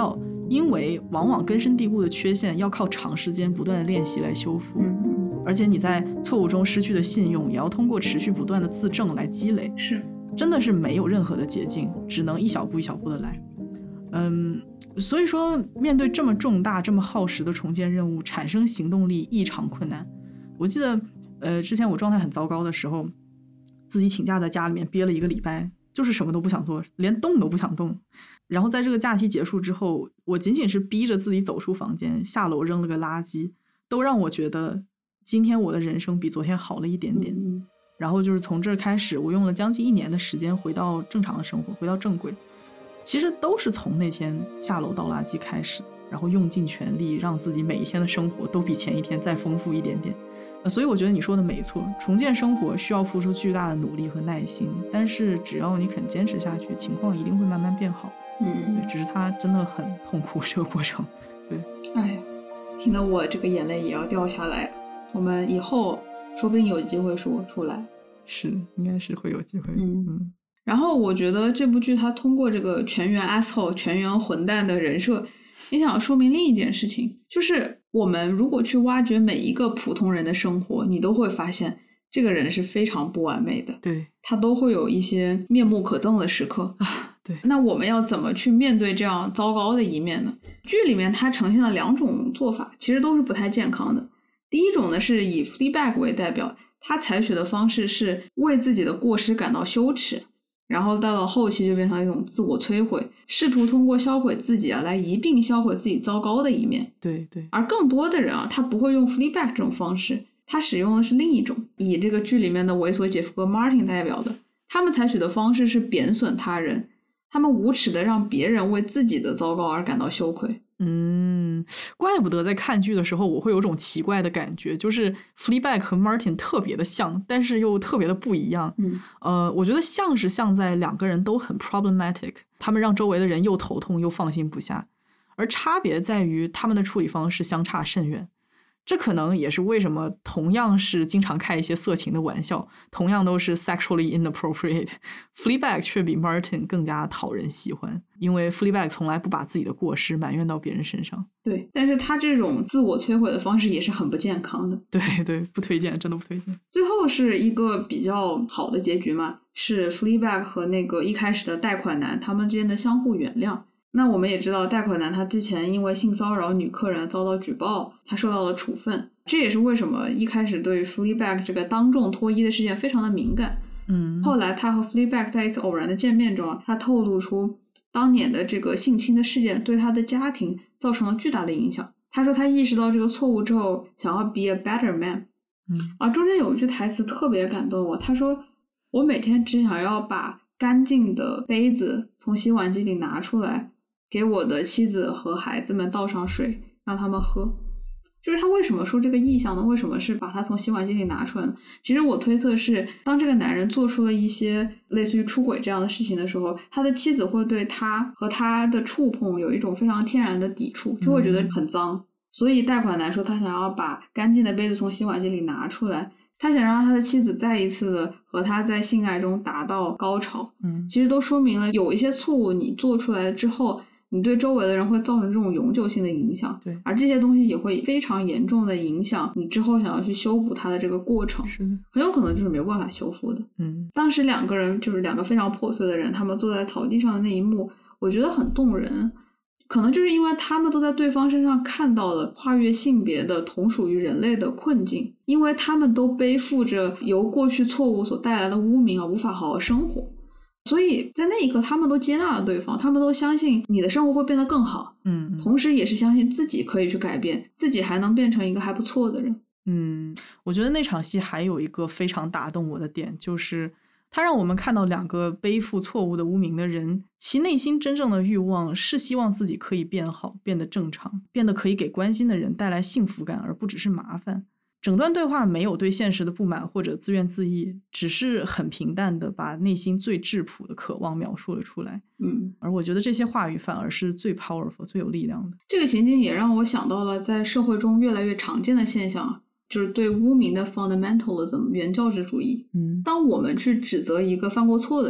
因为往往根深蒂固的缺陷要靠长时间不断的练习来修复，而且你在错误中失去的信用也要通过持续不断的自证来积累， 是真的是没有任何的捷径，只能一小步一小步的来。所以说面对这么重大这么耗时的重建任务，产生行动力异常困难。我记得之前我状态很糟糕的时候，自己请假在家里面憋了1个礼拜，就是什么都不想做，连动都不想动。然后在这个假期结束之后，我仅仅是逼着自己走出房间，下楼扔了个垃圾，都让我觉得今天我的人生比昨天好了一点点。然后就是从这儿开始，我用了将近1年的时间回到正常的生活，回到正轨。其实都是从那天下楼倒垃圾开始，然后用尽全力让自己每一天的生活都比前一天再丰富一点点。所以我觉得你说的没错，重建生活需要付出巨大的努力和耐心，但是只要你肯坚持下去，情况一定会慢慢变好。对，只是它真的很痛苦这个过程。对， 哎，听得我这个眼泪也要掉下来。我们以后说不定有机会说出来。 是，应该是会有机会。 然后我觉得这部剧它通过这个全员 asshole 全员混蛋的人设，也想要说明另一件事情，就是我们如果去挖掘每一个普通人的生活，你都会发现这个人是非常不完美的。 对， 他都会有一些面目可憎的时刻。 对， 那我们要怎么去面对这样糟糕的一面呢？剧里面它呈现了2种做法，其实都是不太健康的。第一种呢是以 Fleabag 为代表，他采取的方式是为自己的过失感到羞耻，然后到了后期就变成一种自我摧毁，试图通过销毁自己来一并销毁自己糟糕的一面。 对对。 而更多的人他不会用 Fleabag 这种方式，他使用的是另一种，以这个剧里面的猥琐姐夫哥 Martin 代表的，他们采取的方式是贬损他人，他们无耻的让别人为自己的糟糕而感到羞愧。 怪不得在看剧的时候我会有种奇怪的感觉，就是 Fleabag 和 Martin 特别的像，但是又特别的不一样。我觉得像是像在2个人都很 problematic， 他们让周围的人又头痛又放心不下，而差别在于他们的处理方式相差甚远。这可能也是为什么同样是经常开一些色情的玩笑，同样都是 sexually inappropriate， Fleabag 却比 Martin 更加讨人喜欢，因为 Fleabag 从来不把自己的过失埋怨到别人身上。 对，但是他这种自我摧毁的方式也是很不健康的。 对对，不推荐，真的不推荐。 最后是一个比较好的结局嘛，是 Fleabag 和那个一开始的贷款男他们之间的相互原谅。那我们也知道贷款男他之前因为性骚扰女客人遭到举报，他受到了处分，这也是为什么一开始对于 Fleabag 这个当众脱衣的事件非常的敏感。后来他和 Fleabag 在一次偶然的见面中，他透露出当年的这个性侵的事件对他的家庭造成了巨大的影响。他说他意识到这个错误之后想要 be a better man。中间有一句台词特别感动我，他说我每天只想要把干净的杯子从洗碗机里拿出来，给我的妻子和孩子们倒上水让他们喝。就是他为什么说这个意象呢？为什么是把他从洗碗机里拿出来呢？其实我推测是当这个男人做出了一些类似于出轨这样的事情的时候，他的妻子会对他和他的触碰有一种非常天然的抵触，就会觉得很脏。所以贷款男说他想要把干净的杯子从洗碗机里拿出来，他想让他的妻子再一次的和他在性爱中达到高潮。其实都说明了有一些错误你做出来之后，你对周围的人会造成这种永久性的影响。 对， 而这些东西也会非常严重的影响你之后想要去修补它的这个过程。 是的， 很有可能就是没有办法修复的。当时2个人就是2个非常破碎的人，他们坐在草地上的那一幕我觉得很动人，可能就是因为他们都在对方身上看到了跨越性别的同属于人类的困境，因为他们都背负着由过去错误所带来的污名而无法好好生活。所以在那一刻他们都接纳了对方，他们都相信你的生活会变得更好，同时也是相信自己可以去改变，自己还能变成一个还不错的人。 我觉得那场戏还有一个非常打动我的点，就是他让我们看到2个背负错误的污名的人，其内心真正的欲望是希望自己可以变好，变得正常，变得可以给关心的人带来幸福感，而不只是麻烦。整段对话没有对现实的不满或者自怨自艾，只是很平淡的把内心最质朴的渴望描述了出来。而我觉得这些话语反而是最 powerful 最有力量的。 这个情景也让我想到了在社会中越来越常见的现象，就是对污名的 fundamentalism 原教旨主义。当我们去指责一个犯过错的人，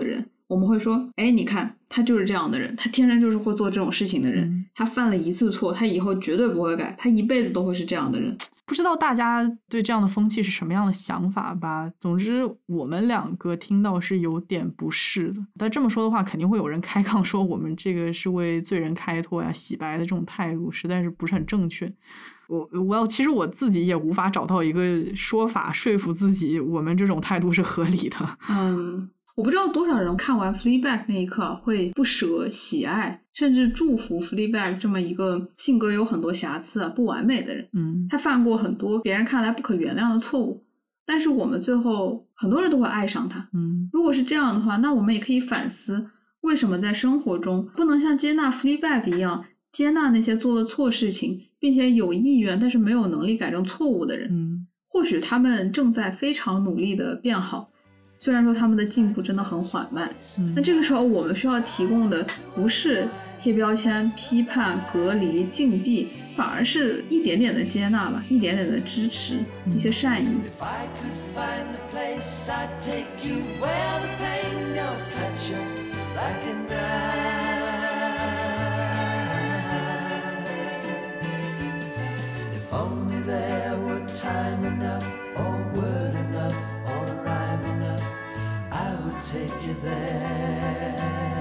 我们会说，哎，你看他就是这样的人，他天生就是会做这种事情的人，他犯了一次错，他以后绝对不会改，他一辈子都会是这样的人。 不知道大家对这样的风气是什么样的想法吧？总之我们两个听到是有点不适的。但这么说的话，肯定会有人开杠说我们这个是为罪人开脱呀、洗白的这种态度实在是不是很正确。其实我自己也无法找到一个说法说服自己我们这种态度是合理的。 我不知道多少人看完 Fleabag 那一刻会不舍、喜爱甚至祝福 Fleabag 这么一个性格有很多瑕疵不完美的人。他犯过很多别人看来不可原谅的错误，但是我们最后很多人都会爱上他。如果是这样的话，那我们也可以反思，为什么在生活中不能像接纳 Fleabag 一样接纳那些做了错事情并且有意愿但是没有能力改正错误的人。或许他们正在非常努力的变好，虽然说他们的进步真的很缓慢。那这个时候我们需要提供的不是贴标签、批判、隔离、禁闭，反而是一点点的接纳吧，一点点的支持，一些善意。 If I could find a place, I'd take you where the pain don't cut you like a knife. If only there were time enough, or word enough, or rhyme enough, I would take you there.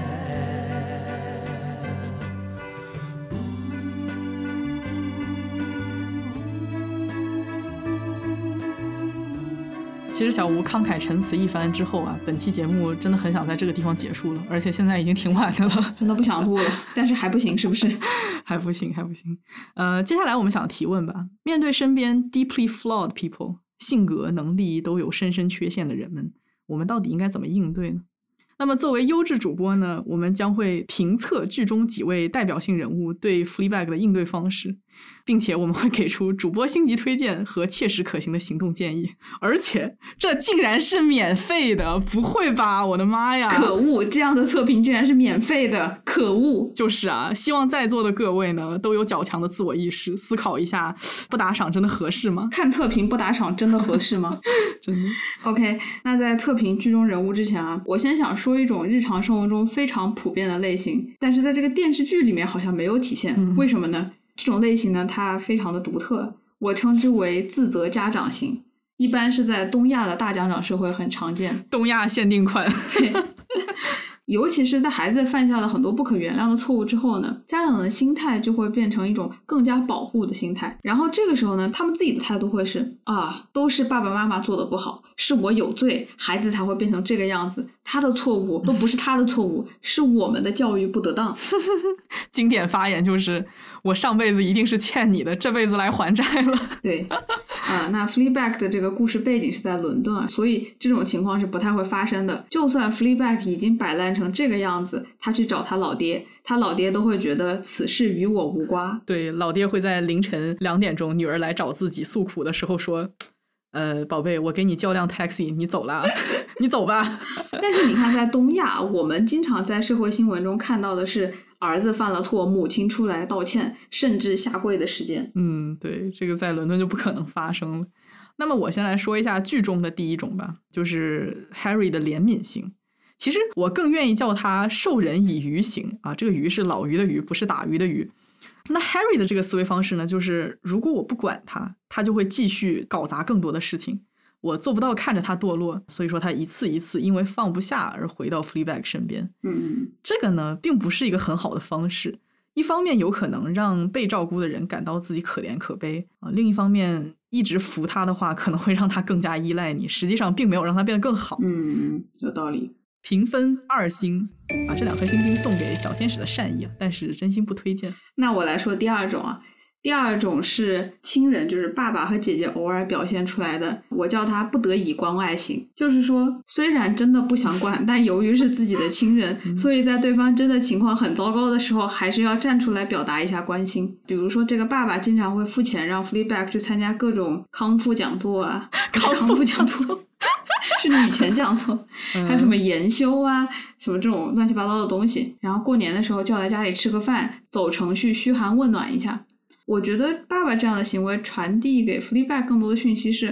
其实小吴慷慨陈词一番之后啊，本期节目真的很想在这个地方结束了，而且现在已经挺晚的了， 真的不想录了，但是还不行，是不是？ 还不行。接下来我们想提问吧，面对身边 deeply flawed people， 性格能力都有深深缺陷的人们，我们到底应该怎么应对呢？那么作为优质主播呢，我们将会评测剧中几位代表性人物对 Fleabag 的应对方式，并且我们会给出主播星级推荐和切实可行的行动建议，而且这竟然是免费的，不会吧，我的妈呀， 可恶，这样的测评竟然是免费的，可恶。 就是啊，希望在座的各位呢都有较强的自我意识，思考一下不打赏真的合适吗？ 看测评不打赏真的合适吗？ 真的。 OK， 那在测评剧中人物之前啊，我先想说一种日常生活中非常普遍的类型，但是在这个电视剧里面好像没有体现。为什么呢？这种类型呢，它非常的独特，我称之为自责家长型，一般是在东亚的大家长社会很常见。 东亚限定款。 对。尤其是在孩子犯下了很多不可原谅的错误之后呢，家长的心态就会变成一种更加保护的心态，然后这个时候呢，他们自己的态度会是都是爸爸妈妈做的不好，是我有罪，孩子才会变成这个样子，他的错误都不是他的错误，是我们的教育不得当。 经典发言就是我上辈子一定是欠你的，这辈子来还债了。 对。那 Fleabag 的这个故事背景是在伦敦啊，所以这种情况是不太会发生的。就算 Fleabag 已经摆烂成这个样子，他去找他老爹，他老爹都会觉得此事与我无关。 对，老爹会在凌晨2点钟女儿来找自己诉苦的时候说，宝贝，我给你叫辆 taxi， 你走了，你走吧。 但是你看在东亚，我们经常在社会新闻中看到的是儿子犯了错，母亲出来道歉，甚至下跪的事件。 对，这个在伦敦就不可能发生了。那么我先来说一下剧中的第一种吧，就是 Harry 的怜悯型。其实我更愿意叫他授人以鱼型啊，这个鱼是老鱼的鱼，不是打鱼的鱼。那 Harry 的这个思维方式呢，就是如果我不管他，他就会继续搞砸更多的事情，我做不到看着他堕落，所以说他一次一次因为放不下而回到 Fleabag 身边。这个呢并不是一个很好的方式，一方面有可能让被照顾的人感到自己可怜可悲啊，另一方面一直扶他的话可能会让他更加依赖你，实际上并没有让他变得更好。 有道理。 评分2星，把这2颗星星送给小天使的善意，但是真心不推荐。 那我来说第二种啊，第二种是亲人，就是爸爸和姐姐偶尔表现出来的，我叫他不得已关爱型。就是说虽然真的不想管，但由于是自己的亲人，所以在对方真的情况很糟糕的时候，还是要站出来表达一下关心。比如说这个爸爸经常会付钱让 Fleabag 去参加各种康复讲座啊，康复讲座是女权讲座，还有什么研修啊，什么这种乱七八糟的东西，然后过年的时候叫来家里吃个饭，走程序嘘寒问暖一下。我觉得爸爸这样的行为传递给 Fleabag 更多的讯息是，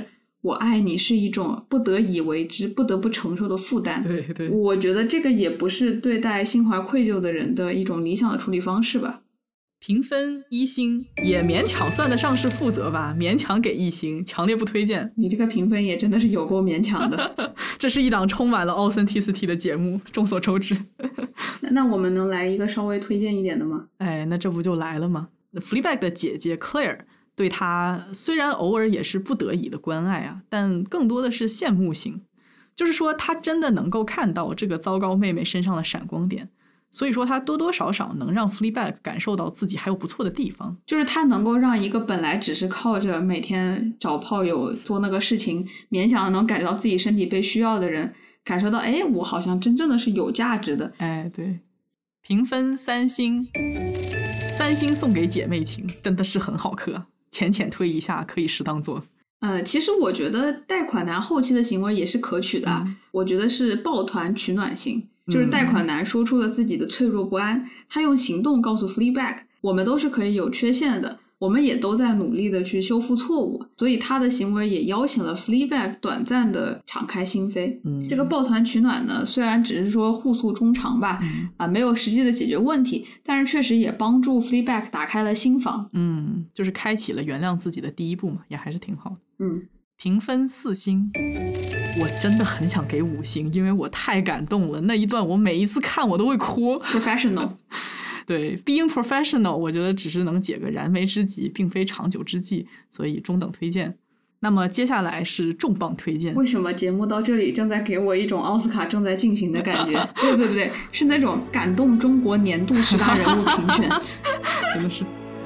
我爱你是一种不得已为之不得不承受的负担。 对对， 我觉得这个也不是对待心怀愧疚的人的一种理想的处理方式吧。 评分1星，也勉强算得上是负责吧，勉强给1星，强烈不推荐。 你这个评分也真的是有够勉强的。 这是一档充满了 authenticity 的节目，众所周知。 那我们能来一个稍微推荐一点的吗？ 哎，那这不就来了吗？ Fleabag 的姐姐 Claire 对他虽然偶尔也是不得已的关爱啊，但更多的是羡慕型，就是说他真的能够看到这个糟糕妹妹身上的闪光点，所以说他多多少少能让 Fleabag 感受到自己还有不错的地方， 就是他能够让一个本来只是靠着每天找炮友做那个事情勉强能感觉到自己身体被需要的人感受到，哎，我好像真正的是有价值的。 哎，对，评分3星，3星送给姐妹情，真的是很好磕，浅浅推一下可以适当做。 其实我觉得贷款男后期的行为也是可取的，我觉得是抱团取暖型，就是贷款男说出了自己的脆弱不安，他用行动告诉 Fleabag 我们都是可以有缺陷的，我们也都在努力的去修复错误，所以他的行为也邀请了 Fleabag 短暂的敞开心扉。这个抱团取暖呢，虽然只是说互诉衷肠吧，没有实际的解决问题，但是确实也帮助 Fleabag 打开了心房。 就是开启了原谅自己的第一步嘛，也还是挺好的。评分4星，我真的很想给5星，因为我太感动了，那一段我每一次看我都会哭。 Professional 对 Being Professional 我觉得只是能解个燃眉之急，并非长久之计，所以中等推荐。那么接下来是重磅推荐。 为什么节目到这里正在给我一种奥斯卡正在进行的感觉？对，是那种感动中国年度10大人物评选。 真的是。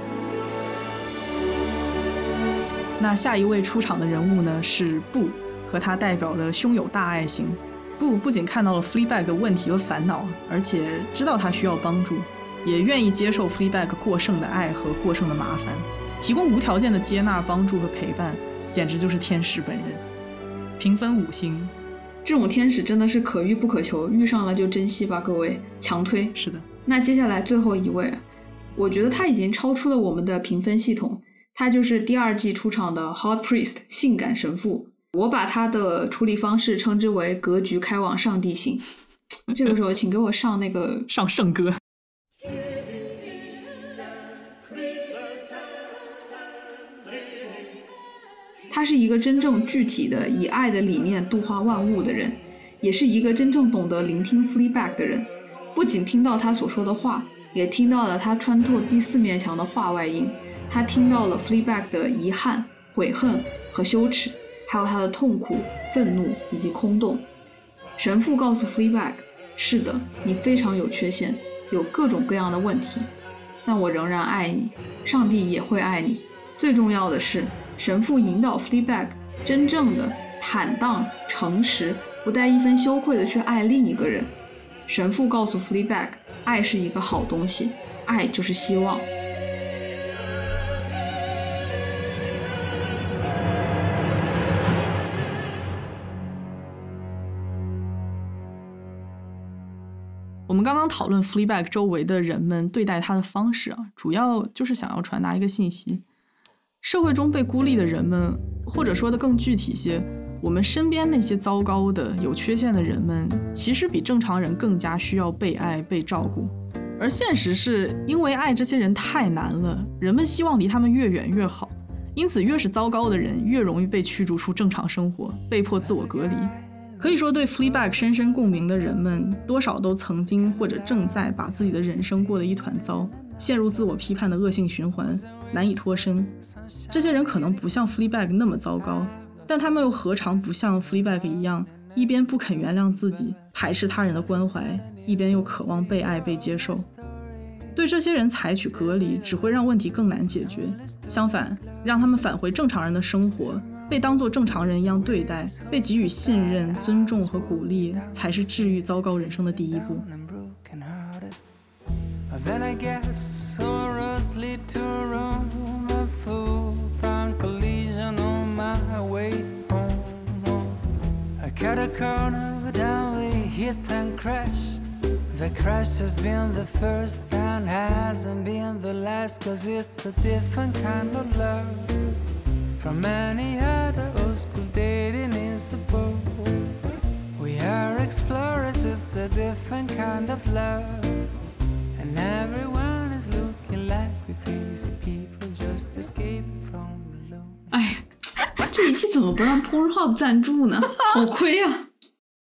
那下一位出场的人物呢是布，和他代表的胸有大爱型。布不仅看到了 Fleabag 的问题和烦恼，而且知道他需要帮助，也愿意接受 Fleabag 过剩的爱和过剩的麻烦，提供无条件的接纳、帮助和陪伴，简直就是天使本人。评分5星， 这种天使真的是可遇不可求，遇上了就珍惜吧，各位，强推。 是的。 那接下来最后一位，我觉得他已经超出了我们的评分系统，他就是第2季出场的 Hot Priest 性感神父，我把他的处理方式称之为格局开往上帝型。这个时候请给我上那个上圣歌。 他是一个真正具体的以爱的理念度化万物的人，也是一个真正懂得聆听 Fleabag 的人，不仅听到他所说的话，也听到了他穿透第4面墙的话外音，他听到了 Fleabag 的遗憾、悔恨和羞耻，还有他的痛苦、愤怒以及空洞。神父告诉 Fleabag， 是的，你非常有缺陷，有各种各样的问题，但我仍然爱你，上帝也会爱你。最重要的是，神父引导 Fleabag 真正的坦荡、诚实，不带一分羞愧的去爱另一个人。神父告诉 Fleabag， 爱是一个好东西，爱就是希望。 我们刚刚讨论 Fleabag 周围的人们对待他的方式啊，主要就是想要传达一个信息：社会中被孤立的人们，或者说的更具体些，我们身边那些糟糕的、有缺陷的人们，其实比正常人更加需要被爱、被照顾。而现实是因为爱这些人太难了，人们希望离他们越远越好，因此越是糟糕的人，越容易被驱逐出正常生活，被迫自我隔离。可以说对 Fleabag 深深共鸣的人们，多少都曾经或者正在把自己的人生过得一团糟，陷入自我批判的恶性循环，难以脱身。这些人可能不像 Fleabag 那么糟糕，但他们又何尝不像 Fleabag 一样，一边不肯原谅自己，排斥他人的关怀，一边又渴望被爱、被接受。对这些人采取隔离，只会让问题更难解决，相反，让他们返回正常人的生活，被当作正常人一样对待，被给予信任、尊重和鼓励，才是治愈糟糕人生的第一步。 Then I guess horrors lead to a room of full front collision on my way home. I cut a corner, down we hit and crash. The crash has been the first and hasn't been the last, 'cause it's a different kind of love. from any other old school dating is the bore. We are explorers, it's a different kind of love, and everyone is looking like we're crazy people just escaped from alone. 哎，这一期怎么不让 Pornhub 赞助呢？好亏啊！